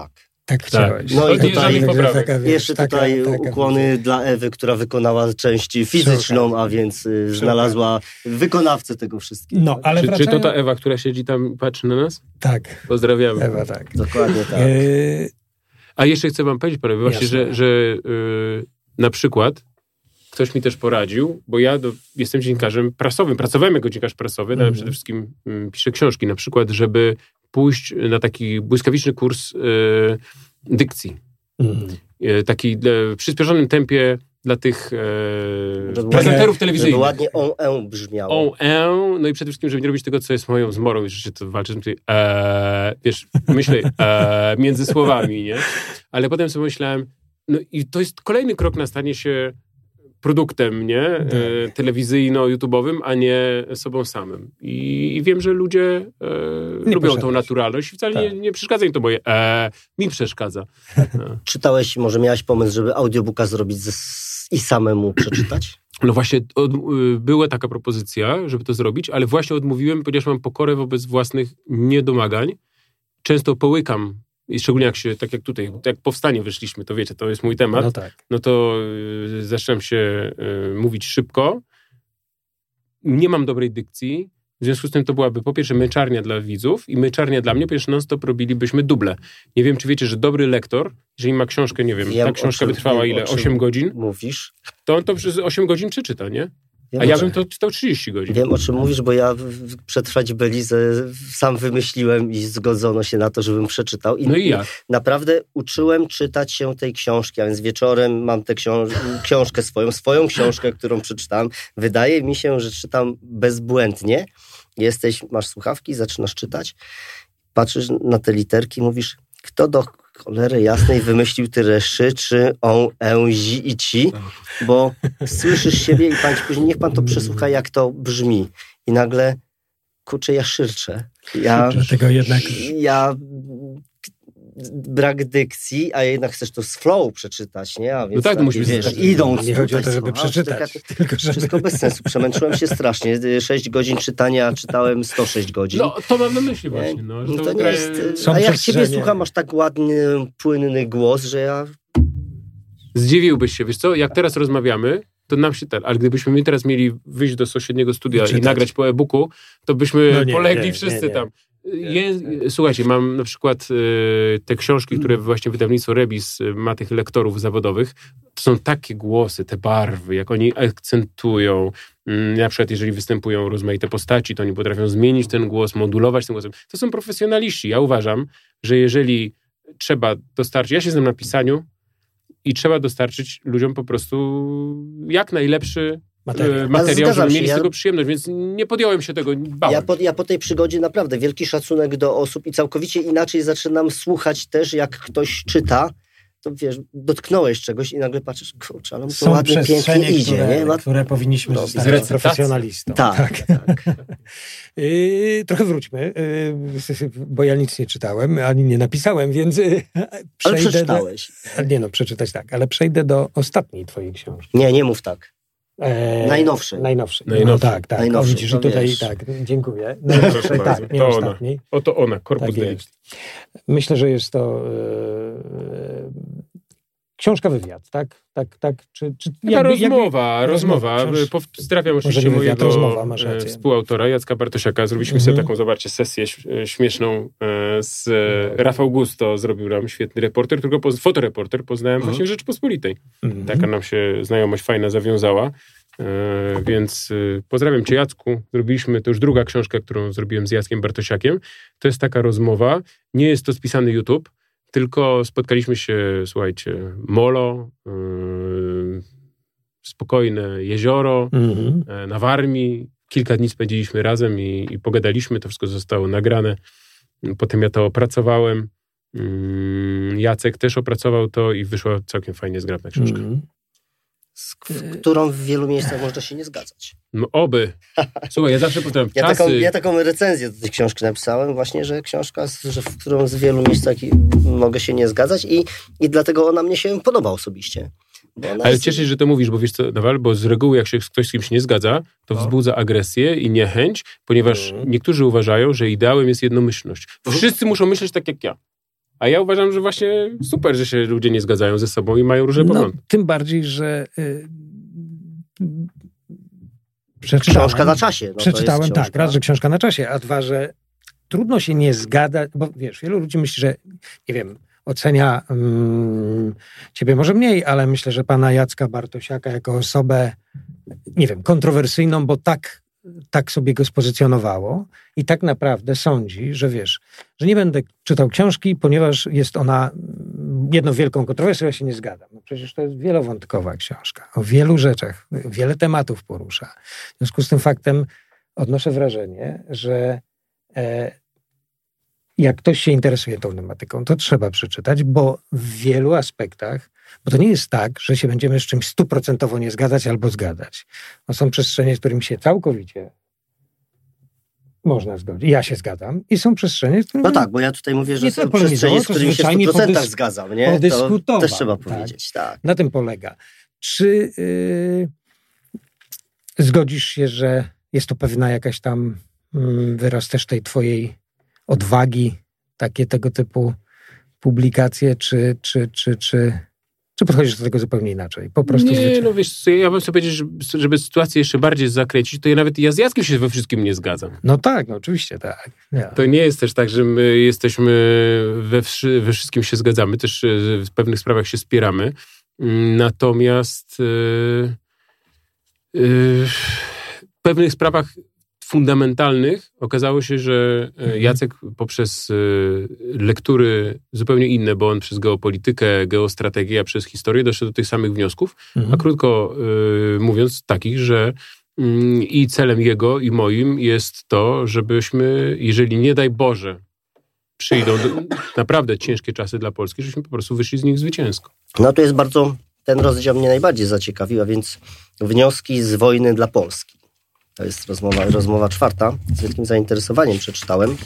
Tak chciałeś. No i tutaj taka, wiesz, jeszcze taka, tutaj taka, ukłony taka. dla Ewy, która wykonała część fizyczną, a więc y, znalazła wykonawcę tego wszystkiego. No, ale czy, wracając... czy to ta Ewa, która siedzi tam i patrzy na nas? Tak. Pozdrawiamy. Ewa, tak. Dokładnie tak. Yy... A jeszcze chcę wam powiedzieć, panowie, właśnie, Jasne. że, że yy, na przykład ktoś mi też poradził, bo ja do, jestem dziennikarzem prasowym, pracowałem jako dziennikarz prasowy, mm. ale przede wszystkim y, piszę książki, na przykład, żeby pójść na taki błyskawiczny kurs y, dykcji. Mm. Y, taki w przyspieszonym tempie dla tych e, prezenterów telewizyjnych. Żeby ładnie on, en brzmiało. On, en, no i przede wszystkim, żeby nie robić tego, co jest moją zmorą, i że to walczy z tym, e, wiesz, myślę e, między słowami, nie? Ale potem sobie myślałem, no i to jest kolejny krok na stanie się produktem, nie? E, telewizyjno-youtubowym, a nie sobą samym. I, i wiem, że ludzie e, lubią tą naturalność i wcale tak. nie, nie przeszkadza im to, bo je, e, mi przeszkadza. E. Czytałeś, może miałeś pomysł, żeby audiobooka zrobić ze, i samemu przeczytać? No właśnie, od, była taka propozycja, żeby to zrobić, ale właśnie odmówiłem, ponieważ mam pokorę wobec własnych niedomagań. Często połykam, i szczególnie jak się, tak jak tutaj, jak powstanie wyszliśmy, to wiecie, to jest mój temat, no, tak. no to y, zaczynam się y, mówić szybko. Nie mam dobrej dykcji, w związku z tym to byłaby po pierwsze męczarnia dla widzów i męczarnia dla mnie, ponieważ non-stop robilibyśmy duble. Nie wiem, czy wiecie, że dobry lektor, jeżeli ma książkę, nie wiem, wiem ta książka by trwała ile? osiem godzin? Mówisz? To on to przez osiem godzin przeczyta, nie? Wiem, a ja bym to czytał trzydzieści godzin. Wiem, o czym mówisz, bo ja przetrwać Belizę sam wymyśliłem i zgodzono się na to, żebym przeczytał. I no i ja. Naprawdę uczyłem czytać się tej książki, a więc wieczorem mam tę książ- książkę swoją, swoją książkę, którą przeczytałem. Wydaje mi się, że czytam bezbłędnie. Jesteś, masz słuchawki, zaczynasz czytać, patrzysz na te literki, mówisz, kto do cholery jasnej wymyślił tyle szy, czy on, en, zi i ci, bo słyszysz siebie i pan ci później, niech pan to przesłucha, jak to brzmi. I nagle, kurczę, ja szyrczę. Ja, Dlatego jednak... ja brak dykcji, a jednak chcesz to z flow przeczytać, nie? A więc no tak, takie, musisz wiesz, czytać. idąc nie chodzi o to, tutaj, żeby słuchaj, przeczytać. Taka, tylko żeby... Wszystko bez sensu. Przemęczyłem się strasznie. sześć godzin czytania, czytałem sto sześć godzin. No, to mam na myśli właśnie. No, że to to nie kraje... jest... A jak ciebie słucham, masz tak ładny, płynny głos, że ja... Zdziwiłbyś się, wiesz co? Jak teraz rozmawiamy, to nam się... Ale gdybyśmy my teraz mieli wyjść do sąsiedniego studia i, i nagrać po e-booku, to byśmy no nie, polegli nie, wszyscy nie, nie. tam. Je, słuchajcie, mam na przykład y, te książki, które właśnie wydawnictwo Rebis y, ma tych lektorów zawodowych. To są takie głosy, te barwy, jak oni akcentują. Y, na przykład jeżeli występują rozmaite postaci, to oni potrafią zmienić ten głos, modulować ten głos. To są profesjonaliści. Ja uważam, że jeżeli trzeba dostarczyć... Ja się znam na pisaniu i trzeba dostarczyć ludziom po prostu jak najlepszy materiał, materiał żeby mieli ja, z tego przyjemność, więc nie podjąłem się tego, bałem. Ja po, ja po tej przygodzie naprawdę wielki szacunek do osób i całkowicie inaczej zaczynam słuchać też, jak ktoś czyta, to wiesz, dotknąłeś czegoś i nagle patrzysz, kurczę, ale mu to ładnie, pięknie idzie. Które, nie? Ma... które powinniśmy no, zostać profesjonalistą. Tak, tak. tak. Yy, trochę wróćmy, yy, bo ja nic nie czytałem, ani nie napisałem, więc yy, ale przeczytałeś. Do, nie no, przeczytać tak, ale przejdę do ostatniej twojej książki. Nie, nie mów tak. Eee, najnowszej. Najnowszej. Najnowszej. No tak, tak. Najnowszej, o, widzisz, że tutaj wiesz. Tak, dziękuję. Najnowszej, tak, nie to ostatniej. Ona. Oto ona, korpus tak delicti. Myślę, że jest to e, książka wywiad, tak? Tak, tak. Czy, czy Taka jakby, rozmowa, jakby, rozmowa. Książ... Pozdrawiam oczywiście mojego rozmowa, współautora Jacka Bartosiaka. Zrobiliśmy mhm. sobie taką, zobaczcie, sesję śmieszną z Rafał Gusto zrobił nam świetny reporter, tylko poz... fotoreporter poznałem mhm. właśnie w Rzeczypospolitej. Mhm. Taka nam się znajomość fajna zawiązała. E, więc e, pozdrawiam cię, Jacku. Zrobiliśmy, to już druga książka, którą zrobiłem z Jackiem Bartosiakiem. To jest taka rozmowa. Nie jest to spisany YouTube, tylko spotkaliśmy się, słuchajcie, molo, yy, spokojne jezioro, mm-hmm. yy, na Warmii. Kilka dni spędziliśmy razem i, i pogadaliśmy. To wszystko zostało nagrane. Potem ja to opracowałem. Yy, Jacek też opracował to i wyszła całkiem fajnie zgrabna książka. Mm-hmm. Z którą w wielu miejscach można się nie zgadzać. No oby. Słuchaj, ja zawsze powtarzam, ja czasy... Taką, ja taką recenzję do tej książki napisałem właśnie, że książka, że w którą z wielu miejscach mogę się nie zgadzać i, i dlatego ona mnie się podoba osobiście. Ale jest... cieszę się, że to mówisz, bo wiesz co, Nawal, bo z reguły jak się ktoś z kimś nie zgadza, to no. wzbudza agresję i niechęć, ponieważ mm. niektórzy uważają, że ideałem jest jednomyślność. Wszyscy muszą myśleć tak jak ja. A ja uważam, że właśnie super, że się ludzie nie zgadzają ze sobą i mają różne poglądy. No, tym bardziej, że y, przeczytałem... Książka na czasie. No, przeczytałem, to jest książka. tak, raz, że książka na czasie, a dwa, że trudno się nie zgadać, bo wiesz, wielu ludzi myśli, że nie wiem, ocenia um, ciebie może mniej, ale myślę, że pana Jacka Bartosiaka jako osobę, nie wiem, kontrowersyjną, bo tak, tak sobie go spozycjonowało i tak naprawdę sądzi, że wiesz, że nie będę czytał książki, ponieważ jest ona jedną wielką kontrowersją, ja się nie zgadzam. No przecież to jest wielowątkowa książka. O wielu rzeczach, wiele tematów porusza. W związku z tym faktem odnoszę wrażenie, że e, jak ktoś się interesuje tą tematyką, to trzeba przeczytać, bo w wielu aspektach, bo to nie jest tak, że się będziemy z czymś stuprocentowo nie zgadzać albo zgadzać. No są przestrzenie, z którymi się całkowicie można zgodzić. Ja się zgadzam. I są przestrzenie, z którymi... No tak, bo ja tutaj mówię, że nie są to przestrzenie, z którymi się w stu procentach podys- zgadzam, nie? To też trzeba powiedzieć, tak. tak. Na tym polega. Czy yy, zgodzisz się, że jest to pewna jakaś tam yy, wyraz też tej twojej odwagi, takie tego typu publikacje, czy, czy, czy, czy, czy podchodzisz do tego zupełnie inaczej? Po prostu nie, zwyczaj. no wiesz, ja bym sobie powiedzieć, żeby sytuację jeszcze bardziej zakręcić, to ja nawet ja z Jackiem się we wszystkim nie zgadzam. No tak, no oczywiście tak. Ja. To nie jest też tak, że my jesteśmy we, wszy, we wszystkim się zgadzamy, też w pewnych sprawach się spieramy. Natomiast yy, yy, w pewnych sprawach fundamentalnych okazało się, że Jacek poprzez lektury zupełnie inne, bo on przez geopolitykę, geostrategię, a przez historię doszedł do tych samych wniosków, mhm. a krótko y, mówiąc takich, że y, i celem jego i moim jest to, żebyśmy, jeżeli nie daj Boże przyjdą do, naprawdę ciężkie czasy dla Polski, żebyśmy po prostu wyszli z nich zwycięsko. No to jest bardzo, ten rozdział mnie najbardziej zaciekawił, a więc wnioski z wojny dla Polski. To jest rozmowa, rozmowa czwarta. Z wielkim zainteresowaniem przeczytałem.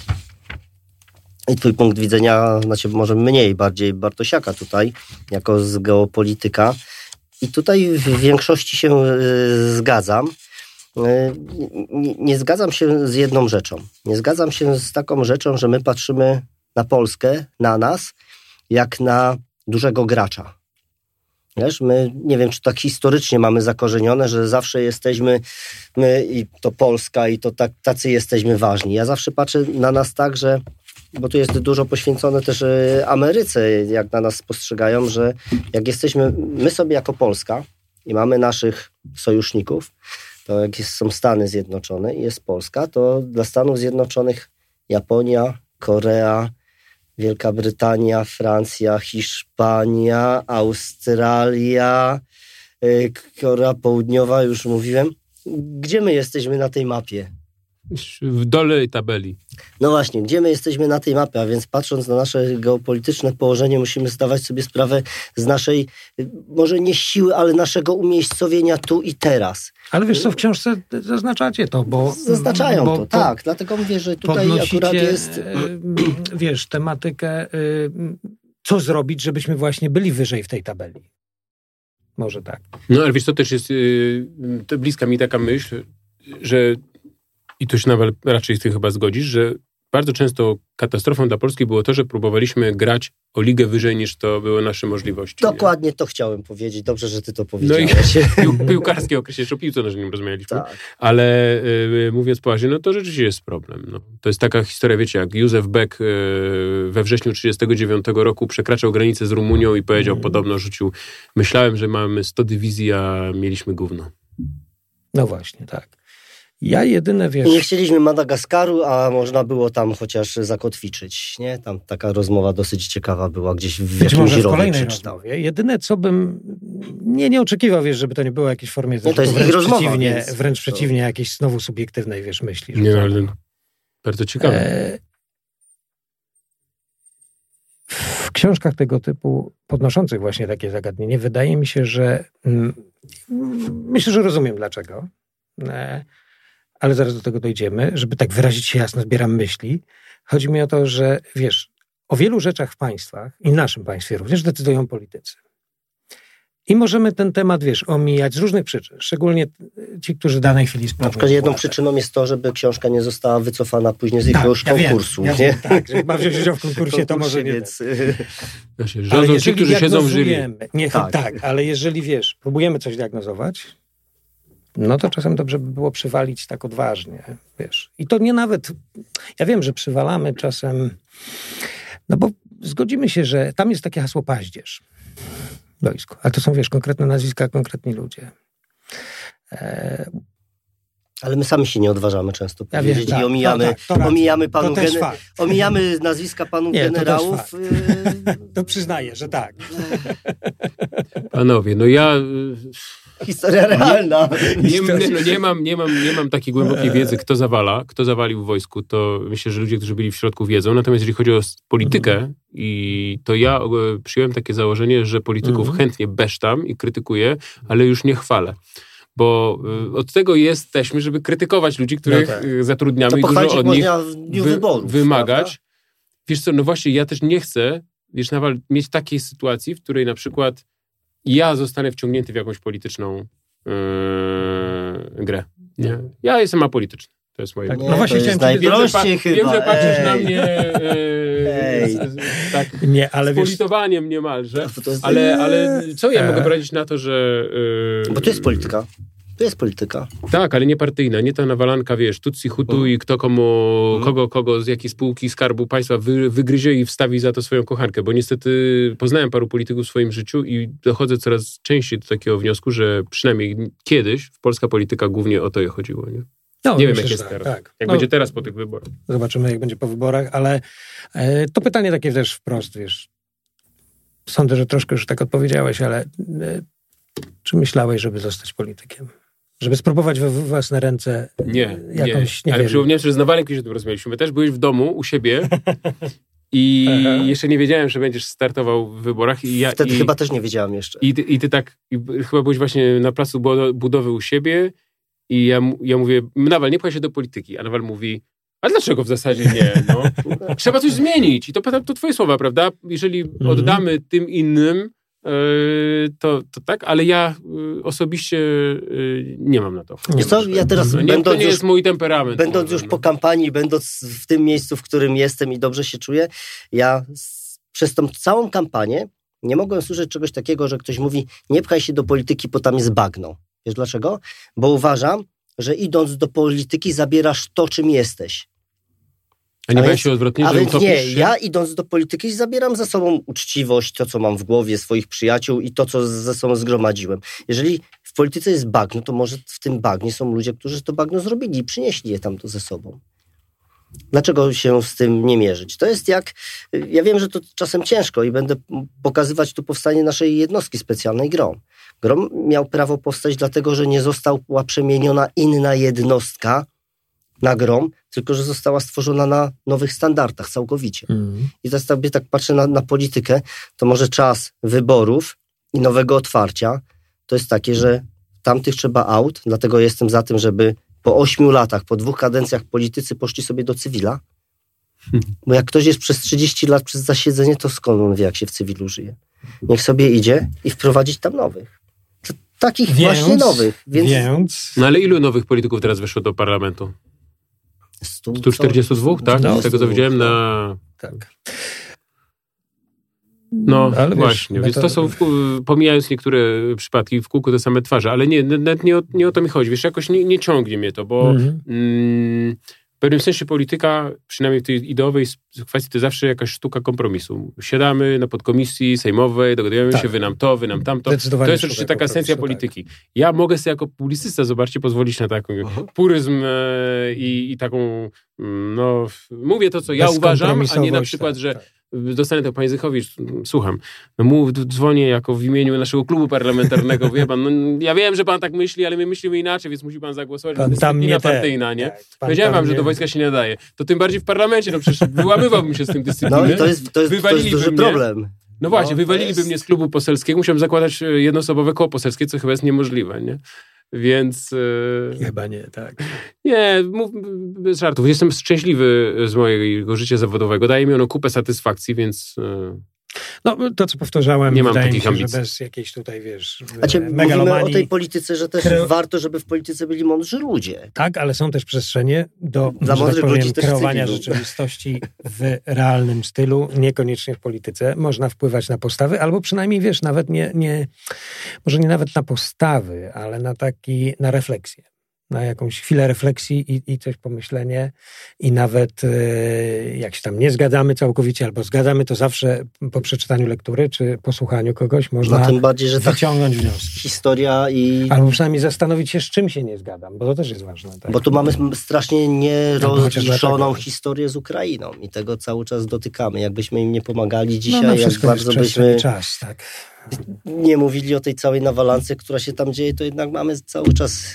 I twój punkt widzenia, znaczy może mniej, bardziej Bartosiaka tutaj, jako z geopolityka. I tutaj w większości się y, zgadzam. Y, nie, nie zgadzam się z jedną rzeczą. Nie zgadzam się z taką rzeczą, że my patrzymy na Polskę, na nas, jak na dużego gracza. Wiesz, my, nie wiem, czy tak historycznie mamy zakorzenione, że zawsze jesteśmy, my i to Polska i to tak, tacy jesteśmy ważni. Ja zawsze patrzę na nas tak, że, bo tu jest dużo poświęcone też Ameryce, jak na nas postrzegają, że jak jesteśmy, my sobie jako Polska i mamy naszych sojuszników, to jak jest, są Stany Zjednoczone i jest Polska, to dla Stanów Zjednoczonych Japonia, Korea, Wielka Brytania, Francja, Hiszpania, Australia, Korea Południowa, już mówiłem. Gdzie my jesteśmy na tej mapie? W dole tabeli. No właśnie, gdzie my jesteśmy na tej mapie, a więc patrząc na nasze geopolityczne położenie, musimy zdawać sobie sprawę z naszej, może nie siły, ale naszego umiejscowienia tu i teraz. Ale wiesz co, w książce zaznaczacie to, bo... Zaznaczają bo to, tak. Dlatego mówię, że tutaj akurat jest... wiesz, tematykę, co zrobić, żebyśmy właśnie byli wyżej w tej tabeli. Może tak. No ale wiesz, to też jest to bliska mi taka myśl, że i tu się nawet raczej z tym chyba zgodzisz, że bardzo często katastrofą dla Polski było to, że próbowaliśmy grać o ligę wyżej niż to były nasze możliwości. Dokładnie nie? To chciałem powiedzieć. Dobrze, że ty to powiedziałeś. No i pił, piłkarskie okresie, jeszcze o piłce nożnej rozmawialiśmy. Tak. Ale y, mówiąc poważnie, no to rzeczywiście jest problem. No. To jest taka historia, wiecie, jak Józef Beck y, we wrześniu trzydziestego dziewiątego roku przekraczał granicę z Rumunią i powiedział, mm. podobno rzucił, myślałem, że mamy sto dywizji, a mieliśmy gówno. No właśnie, tak. Ja jedyne, wiesz... Nie chcieliśmy Madagaskaru, a można było tam chociaż zakotwiczyć, nie? Tam taka rozmowa dosyć ciekawa była, gdzieś w Być jakimś może w rowie kolejnej rozmowie. Jedyne, co bym... Nie, nie oczekiwał, wiesz, żeby to nie było w jakiejś formie... Nie, to jest wręcz rozmowa, przeciwnie, więc... wręcz przeciwnie, jakiejś znowu subiektywnej, wiesz, myśli. Nie, ale bardzo ciekawe. E... W książkach tego typu, podnoszących właśnie takie zagadnienie, wydaje mi się, że... Mm, myślę, że rozumiem dlaczego. E... ale zaraz do tego dojdziemy, żeby tak wyrazić się jasno, zbieram myśli. Chodzi mi o to, że wiesz, o wielu rzeczach w państwach i naszym państwie również decydują politycy. I możemy ten temat, wiesz, omijać z różnych przyczyn, szczególnie ci, którzy w danej chwili sprawują Na przykład jedną władzę. przyczyną jest to, żeby książka nie została wycofana później z jakiegoś ja konkursu. Wiem, ja nie? wiem, tak, że ma wziąć udział w konkursie, to może nie. Więc... Właśnie, Ale rządzą ci, jeżeli którzy siedzą w jury. diagnozujemy- Nie, tak. Tak. tak, ale jeżeli, wiesz, próbujemy coś diagnozować, no to czasem dobrze by było przywalić tak odważnie, wiesz. I to nie nawet, ja wiem, że przywalamy czasem, no bo zgodzimy się, że tam jest takie hasło paździerz w wojsku, ale to są, wiesz, konkretne nazwiska, konkretni ludzie. E, Ale my sami się nie odważamy często Ja powiedzieć wiem, tak, i omijamy, no tak, to racja. omijamy, panu To też gene- fakt. omijamy nazwiska panów Nie, to też generałów. fakt. y, to przyznaję, że tak. Panowie, no ja Historia realna. nie, nie, no nie, mam, nie, mam, nie mam takiej głębokiej wiedzy, kto zawala, kto zawalił w wojsku, to myślę, że ludzie, którzy byli w środku wiedzą. Natomiast jeżeli chodzi o politykę, i to ja e, przyjąłem takie założenie, że polityków Mhm. chętnie besztam i krytykuję, ale już nie chwalę. Bo e, od tego jesteśmy, żeby krytykować ludzi, których No tak. e, zatrudniamy To i dużo pochwalić od nich można w dniu wy- wyborów. wymagać. prawda? Wiesz co, no właśnie, ja też nie chcę, wiesz, nawet mieć takiej sytuacji, w której na przykład ja zostanę wciągnięty w jakąś polityczną yy, grę. Nie? Ja jestem apolityczny. To jest moje... Tak, Nie, no właśnie to jest chciałem ci- Wiem, że, najprościej pa- chyba. wiem, że patrzysz Ej. na mnie Ej. yy, z- tak Nie, ale z wiesz, politowaniem niemalże. No, to jest- Ale, ale co ja Eee. mogę poradzić na to, że... Yy, Bo to jest polityka. To jest polityka. Tak, ale nie partyjna, nie ta nawalanka, wiesz, tutsi, hutu i kto komu, kogo, kogo z jakiej spółki Skarbu Państwa wy, wygryzie i wstawi za to swoją kochankę, bo niestety poznałem paru polityków w swoim życiu i dochodzę coraz częściej do takiego wniosku, że przynajmniej kiedyś w polska polityka głównie o to je chodziło, nie? no, Nie wiem, myślę, jak że jest tak, teraz. tak. Jak No, będzie teraz po tych wyborach. Zobaczymy, jak będzie po wyborach, ale e, to pytanie takie też wprost, wiesz. Sądzę, że troszkę już tak odpowiedziałeś, ale e, czy myślałeś, żeby zostać politykiem? Żeby spróbować we we własne ręce Nie, jakąś, nie. nie Ale wiem. przypomniałem sobie, że z Nawalem kiedyś o tym rozmawialiśmy. My też byłeś w domu, u siebie i Aha. jeszcze nie wiedziałem, że będziesz startował w wyborach. I ja, Wtedy i, chyba też nie wiedziałam jeszcze. I ty, i ty tak, i b- chyba byłeś właśnie na placu bu- budowy u siebie i ja, mu- ja mówię, Nawal, nie pchaj się do polityki. A Nawal mówi, a dlaczego w zasadzie nie? No, trzeba coś zmienić. I to, to twoje słowa, prawda? Jeżeli Mhm. oddamy tym innym, yy, to, to tak, ale ja yy, osobiście yy, nie mam na to. Nie Wiesz co, mam. ja teraz No, nie, będąc to nie już- jest mój temperament. Będąc może, już no. po kampanii, będąc w tym miejscu, w którym jestem i dobrze się czuję, ja s- przez tą całą kampanię nie mogłem słyszeć czegoś takiego, że ktoś mówi, nie pchaj się do polityki, bo tam jest bagno. Wiesz dlaczego? Bo uważam, że idąc do polityki zabierasz to, czym jesteś. A nie A bałeś więc- się odwrotnie, A że więc utopisz nie, się? ja idąc do polityki zabieram za sobą uczciwość, to co mam w głowie, swoich przyjaciół i to, co ze sobą zgromadziłem. Jeżeli w polityce jest bagno, to może w tym bagnie są ludzie, którzy to bagno zrobili i przynieśli je tam to ze sobą. Dlaczego się z tym nie mierzyć? To jest jak, ja wiem, że to czasem ciężko i będę pokazywać tu powstanie naszej jednostki specjalnej GROM. GROM miał prawo powstać dlatego, że nie została przemieniona inna jednostka na GROM, tylko że została stworzona na nowych standardach całkowicie. Mhm. I teraz sobie tak patrzę na, na politykę, to może czas wyborów i nowego otwarcia to jest takie, że tamtych trzeba out, dlatego jestem za tym, żeby po ośmiu latach, po dwóch kadencjach politycy poszli sobie do cywila, bo jak ktoś jest przez trzydzieści lat przez zasiedzenie, to skąd on wie, jak się w cywilu żyje? Niech sobie idzie i wprowadzić tam nowych. To, takich Więc- właśnie nowych. Więc Więc No ale ilu nowych polityków teraz weszło do parlamentu? stu, stu czterdziestu dwóch, tak? No. Z tego co widziałem na... tak. No Ale wiesz, właśnie, no więc to- to są, w kół- pomijając niektóre przypadki, w kółku te same twarze, ale nie, nawet nie o, nie o to mi chodzi. Wiesz, jakoś nie, nie ciągnie mnie to, bo Mhm. mm, w pewnym sensie polityka, przynajmniej w tej ideowej kwestii, to zawsze jakaś sztuka kompromisu. Siadamy na podkomisji sejmowej, dogadujemy Tak. się, wy nam to, wy nam tamto. Zdecydowanie To jest sztuka oczywiście taka esencja kompromisu, polityki. Ja mogę sobie jako publicysta, zobaczcie, pozwolić na taki puryzm e, i, i taką, mm, no, mówię to, co ja uważam, a nie na Bezkompromisowość, przykład, tak, że tak. dostanę to panie Zychowicz, słucham, no mów, dzwonię jako w imieniu naszego klubu parlamentarnego, wie pan, no, ja wiem, że pan tak myśli, ale my myślimy inaczej, więc musi pan zagłosować, Pan że tam dyscyplina nie ten, partyjna, nie? tak, pan Powiedziałem tam wam, że nie- do wojska się nie nadaje. To tym bardziej w parlamencie, no przecież wyłamywałbym się z tym dyscypliny. no i to jest, to jest, to jest Wywaliliby duży mnie. problem. No właśnie, No, to wywaliliby jest- mnie z klubu poselskiego, musiałem zakładać e, jednoosobowe koło poselskie, co chyba jest niemożliwe, nie? Więc e, Chyba nie, tak. nie, mów, bez żartów. Jestem szczęśliwy z mojego życia zawodowego. Daje mi ono kupę satysfakcji, więc... e, No to, co powtarzałem, nie mam wydaje takich mi się, ambicji. że bez jakiejś tutaj, wiesz, Znaczy, megalomanii. mówimy o tej polityce, że też Kre... warto, żeby w polityce byli mądrzy ludzie. Tak, ale są też przestrzenie do Dla że mądrych tak powiem, ludzi też kreowania w cywilu. rzeczywistości w realnym stylu, niekoniecznie w polityce. Można wpływać na postawy, albo przynajmniej, wiesz, nawet nie, nie może nie nawet na postawy, ale na taki, na refleksję. Na jakąś chwilę refleksji i, i coś pomyślenie i nawet e, jak się tam nie zgadzamy całkowicie albo zgadzamy, to zawsze po przeczytaniu lektury czy posłuchaniu kogoś można no, tym bardziej, że wyciągnąć ta wnioski. Historia i... Albo przynajmniej zastanowić się, z czym się nie zgadzam, bo to też jest ważne. Tak? Bo tu mamy strasznie nierozliczoną no, historię z Ukrainą i tego cały czas dotykamy. Jakbyśmy im nie pomagali dzisiaj, no, no, jak bardzo byśmy czas, tak. nie mówili o tej całej nawalance, która się tam dzieje, to jednak mamy cały czas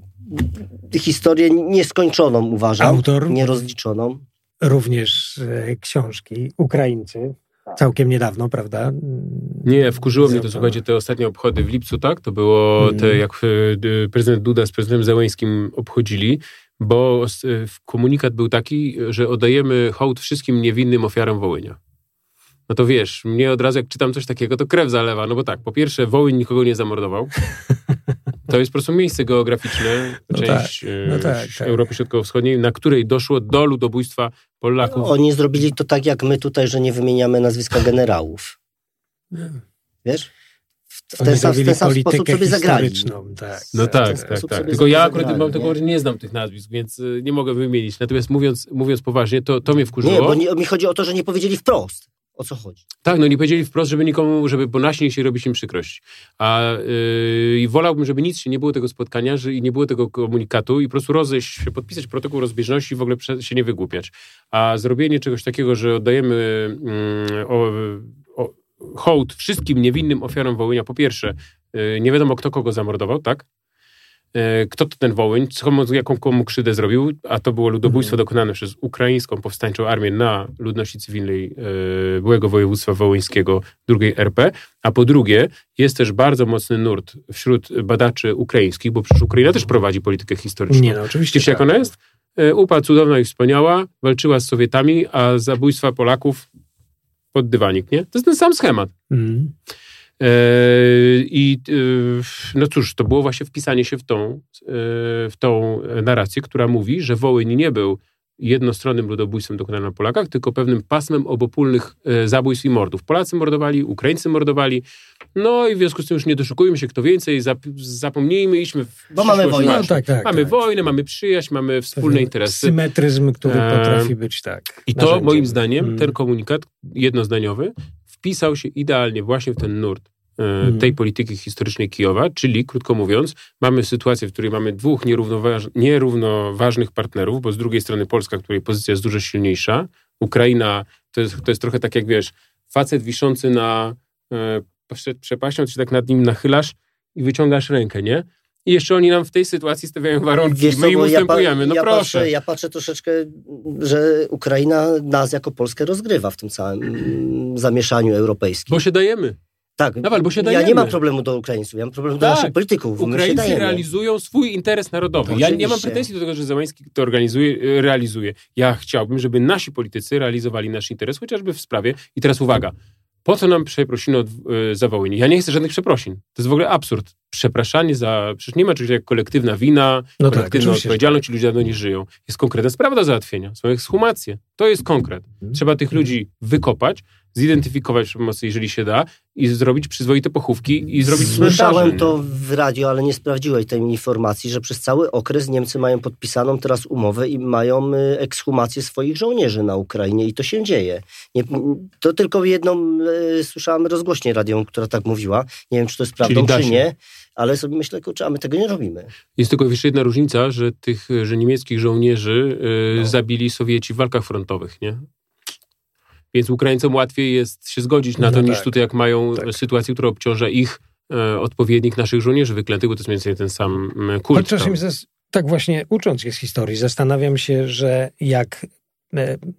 historię nieskończoną, uważam. Autor nierozliczoną. Również e, książki Ukraińcy. Całkiem niedawno, prawda? Nie, wkurzyło mnie to, słuchajcie, te ostatnie obchody w lipcu, tak? To było mm. te, jak prezydent Duda z prezydentem Zełenськim obchodzili, bo komunikat był taki, że oddajemy hołd wszystkim niewinnym ofiarom Wołynia. No to wiesz, mnie od razu jak czytam coś takiego, to krew zalewa, no bo tak, po pierwsze Wołyń nikogo nie zamordował. To jest po prostu miejsce geograficzne, no część tak, no tak, tak. Europy Środkowo-Wschodniej, na której doszło do ludobójstwa Polaków. No, oni zrobili to tak jak my tutaj, że nie wymieniamy nazwiska generałów. Wiesz? W, w ten sam, w ten sam sposób sobie zagrali. Tak, no tak, tak, tak. Tylko ja akurat mam tego, nie? że nie znam tych nazwisk, więc nie mogę wymienić. Natomiast mówiąc, mówiąc poważnie, to, to mnie wkurzyło. Nie, bo nie, mi chodzi o to, że nie powiedzieli wprost. O co chodzi? Tak, no nie powiedzieli wprost, żeby nikomu, żeby bo naśniej się robić im przykrość. A yy, wolałbym, żeby nic się nie było tego spotkania, że i nie było tego komunikatu i po prostu rozejść się, podpisać protokół rozbieżności i w ogóle prze, się nie wygłupiać. A zrobienie czegoś takiego, że oddajemy yy, o, o, hołd wszystkim niewinnym ofiarom Wołynia, po pierwsze, yy, nie wiadomo kto kogo zamordował, tak? Kto to ten Wołyń, komu, jaką komu krzywdę zrobił, a to było ludobójstwo mm. dokonane przez ukraińską powstańczą armię na ludności cywilnej e, byłego województwa wołyńskiego drugiej R P, a po drugie jest też bardzo mocny nurt wśród badaczy ukraińskich, bo przecież Ukraina też prowadzi politykę historyczną. Nie, no oczywiście. Wiesz, jak ona jest? E, upa cudowna i wspaniała, walczyła z Sowietami, a zabójstwa Polaków pod dywanik, nie? To jest ten sam schemat. Mm. I no cóż, to było właśnie wpisanie się w tą, w tą narrację, która mówi, że Wołyń nie był jednostronnym ludobójstwem dokonanym na Polakach, tylko pewnym pasmem obopólnych zabójstw i mordów. Polacy mordowali, Ukraińcy mordowali, no i w związku z tym już nie doszukujmy się kto więcej, zapomnijmy, idźmy w Bo mamy wojnę. No, tak, tak, mamy tak. wojnę, mamy przyjaźń, mamy wspólne Pewien interesy. Symetryzm, który potrafi być tak. I to narzędziem. Moim zdaniem, hmm. ten komunikat jednozdaniowy wpisał się idealnie właśnie w ten nurt hmm. tej polityki historycznej Kijowa, czyli, krótko mówiąc, mamy sytuację, w której mamy dwóch nierównoważ- nierównoważnych partnerów, bo z drugiej strony Polska, której pozycja jest dużo silniejsza, Ukraina to jest, to jest trochę tak jak, wiesz, facet wiszący na e, przed przepaścią, czy tak nad nim nachylasz i wyciągasz rękę, nie? I jeszcze oni nam w tej sytuacji stawiają warunki. Wiesz, my im ustępujemy. No ja proszę. Patrzę, ja patrzę troszeczkę, że Ukraina nas jako Polskę rozgrywa w tym całym zamieszaniu europejskim. Bo się dajemy. Tak, Dawal, bo się ja dajemy. nie mam problemu do Ukraińców, ja mam problem tak. do naszych polityków. Ukraińcy realizują swój interes narodowy. Ja nie mam pretensji do tego, że Zełenski to organizuje, realizuje. Ja chciałbym, żeby nasi politycy realizowali nasz interes, chociażby w sprawie. I teraz uwaga. Po co nam przeprosiny od, y, za Wołyń? Ja nie chcę żadnych przeprosin. To jest w ogóle absurd. Przepraszanie za... Przecież nie ma czegoś jak kolektywna wina, no kolektywna tak, odpowiedzialność, ci ludzie dawno nie żyją. Jest konkretna sprawa do załatwienia. Są ekshumacje. To jest konkret. Hmm. Trzeba tych ludzi wykopać, zidentyfikować przy pomocy, jeżeli się da, i zrobić przyzwoite pochówki i zrobić Słyszałem to w radiu, ale nie sprawdziłeś tej informacji, że przez cały okres Niemcy mają podpisaną teraz umowę i mają ekshumację swoich żołnierzy na Ukrainie i to się dzieje. Nie, to tylko jedną e, słyszałem rozgłośnię radiową, która tak mówiła. Nie wiem, czy to jest prawdą, czy nie, ale sobie myślę, kurczę, a my tego nie robimy. Jest tylko jeszcze jedna różnica, że tych, że niemieckich żołnierzy e, no. zabili Sowieci w walkach frontowych, nie? Więc Ukraińcom łatwiej jest się zgodzić na to, no niż tak, tutaj jak mają tak. sytuację, która obciąża ich e, odpowiednik naszych żołnierzy wyklętych, bo to jest mniej więcej ten sam kult. Czasem zas- tak właśnie ucząc się z historii, zastanawiam się, że jak e,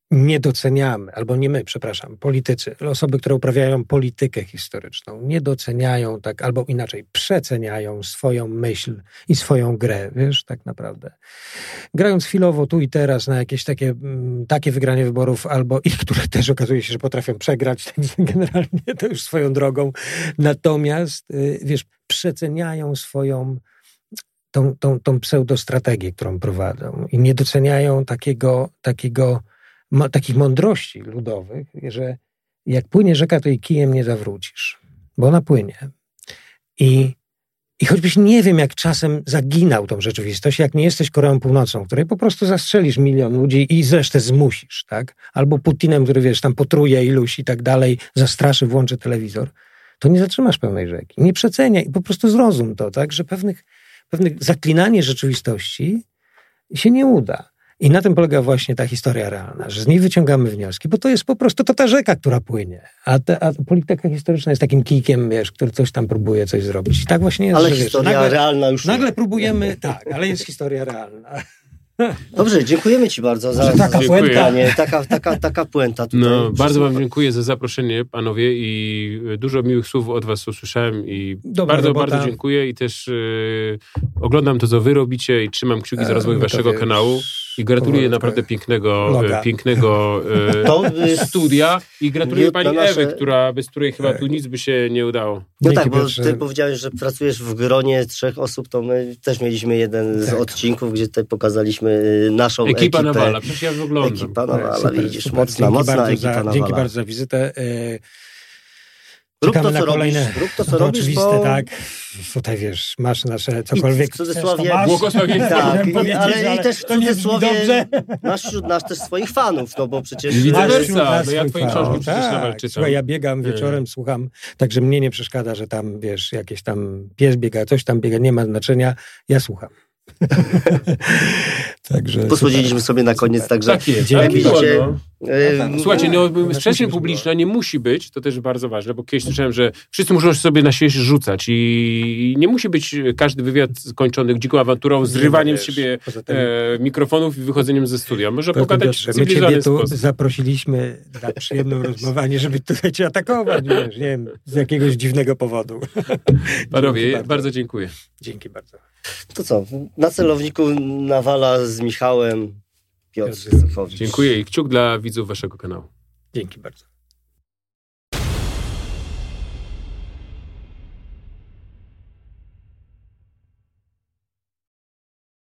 nie doceniamy, albo nie my, przepraszam, politycy, osoby, które uprawiają politykę historyczną, nie doceniają tak, albo inaczej, przeceniają swoją myśl i swoją grę, wiesz, tak naprawdę. Grając chwilowo tu i teraz na jakieś takie, takie wygranie wyborów, albo ich, które też okazuje się, że potrafią przegrać, tak generalnie to już swoją drogą. Natomiast, wiesz, przeceniają swoją tą, tą, tą pseudostrategię, którą prowadzą i nie doceniają takiego, takiego Ma, takich mądrości ludowych, że jak płynie rzeka, to i kijem nie zawrócisz, bo ona płynie. I, i choćbyś nie wiem, jak czasem zaginał tą rzeczywistość, jak nie jesteś Koreą Północną, w której po prostu zastrzelisz milion ludzi i zresztą zmusisz, tak? Albo Putinem, który, wiesz, tam potruje iluś i tak dalej, zastraszy, włączy telewizor, to nie zatrzymasz pełnej rzeki. Nie przeceniaj i po prostu zrozum to, tak? Że pewnych, pewnych zaklinanie rzeczywistości się nie uda. I na tym polega właśnie ta historia realna, że z niej wyciągamy wnioski, bo to jest po prostu to ta rzeka, która płynie. A, te, a polityka historyczna jest takim kijkiem, wiesz, który coś tam próbuje coś zrobić. I tak właśnie jest. Ale że, historia wiesz, nagle, realna już nagle próbujemy, tak, ale jest historia realna. Dobrze, dziękujemy Ci bardzo za, taka za spotkanie. Taka, taka, taka puenta tutaj. No, bardzo Wam dziękuję za zaproszenie, panowie, i dużo miłych słów od Was usłyszałem i Dobra bardzo, robota. bardzo dziękuję i też yy, oglądam to, co Wy robicie i trzymam kciuki za rozwój e, Waszego wiesz, kanału i gratuluję to, naprawdę to, pięknego, loga. pięknego yy, to, studia i gratuluję Pani nasze... Ewy, która, bez której chyba tu nic by się nie udało. No tak, bo Ty powiedziałeś, że pracujesz w gronie trzech osób, to my też mieliśmy jeden tak. z odcinków, gdzie tutaj pokazaliśmy naszą Ekipa ekipę. Nawala, przecież ja oglądam. Ekipa Nawala, super, widzisz, super. mocna, dzięki mocna bardzo ekipa za, Nawala. Dzięki bardzo za wizytę. Rób Czekamy to, co na kolejne, robisz. Rób to, co to robisz, oczywiste, bo... tak. Tutaj wiesz, masz nasze cokolwiek. I w cudzysłowie... Błogosławieństwo. Tak, i, ale, ale i też w cudzysłowie masz wśród nas też swoich fanów, no bo przecież... I vice versa, no ja twoje książki przecież tak. nawet czytam. Słuchaj, ja biegam wieczorem, nie. słucham, także mnie nie przeszkadza, że tam, wiesz, jakieś tam pies biega, coś tam biega, nie ma znaczenia, ja słucham. Także posłodziliśmy sobie na koniec, super. Także tak jest, tak widzicie, no. No, słuchajcie, no, przestrzeń publiczna nie musi być, to też bardzo ważne, bo kiedyś słyszałem, że wszyscy muszą sobie na siebie rzucać i nie musi być każdy wywiad skończony dziką awanturą, zrywaniem z siebie e, mikrofonów i wychodzeniem ze studia. Można pogadać w cywilizowany sposób. My Ciebie tu zaprosiliśmy na przyjemną rozmowę, nie żeby tutaj Cię atakować, wiesz, nie wiem, z jakiegoś dziwnego powodu. Panowie, bardzo. bardzo dziękuję. Dzięki bardzo. To co, na celowniku Nawala z Michałem Piotr Stefowicz. Dziękuję i kciuk dla widzów waszego kanału. Dzięki bardzo.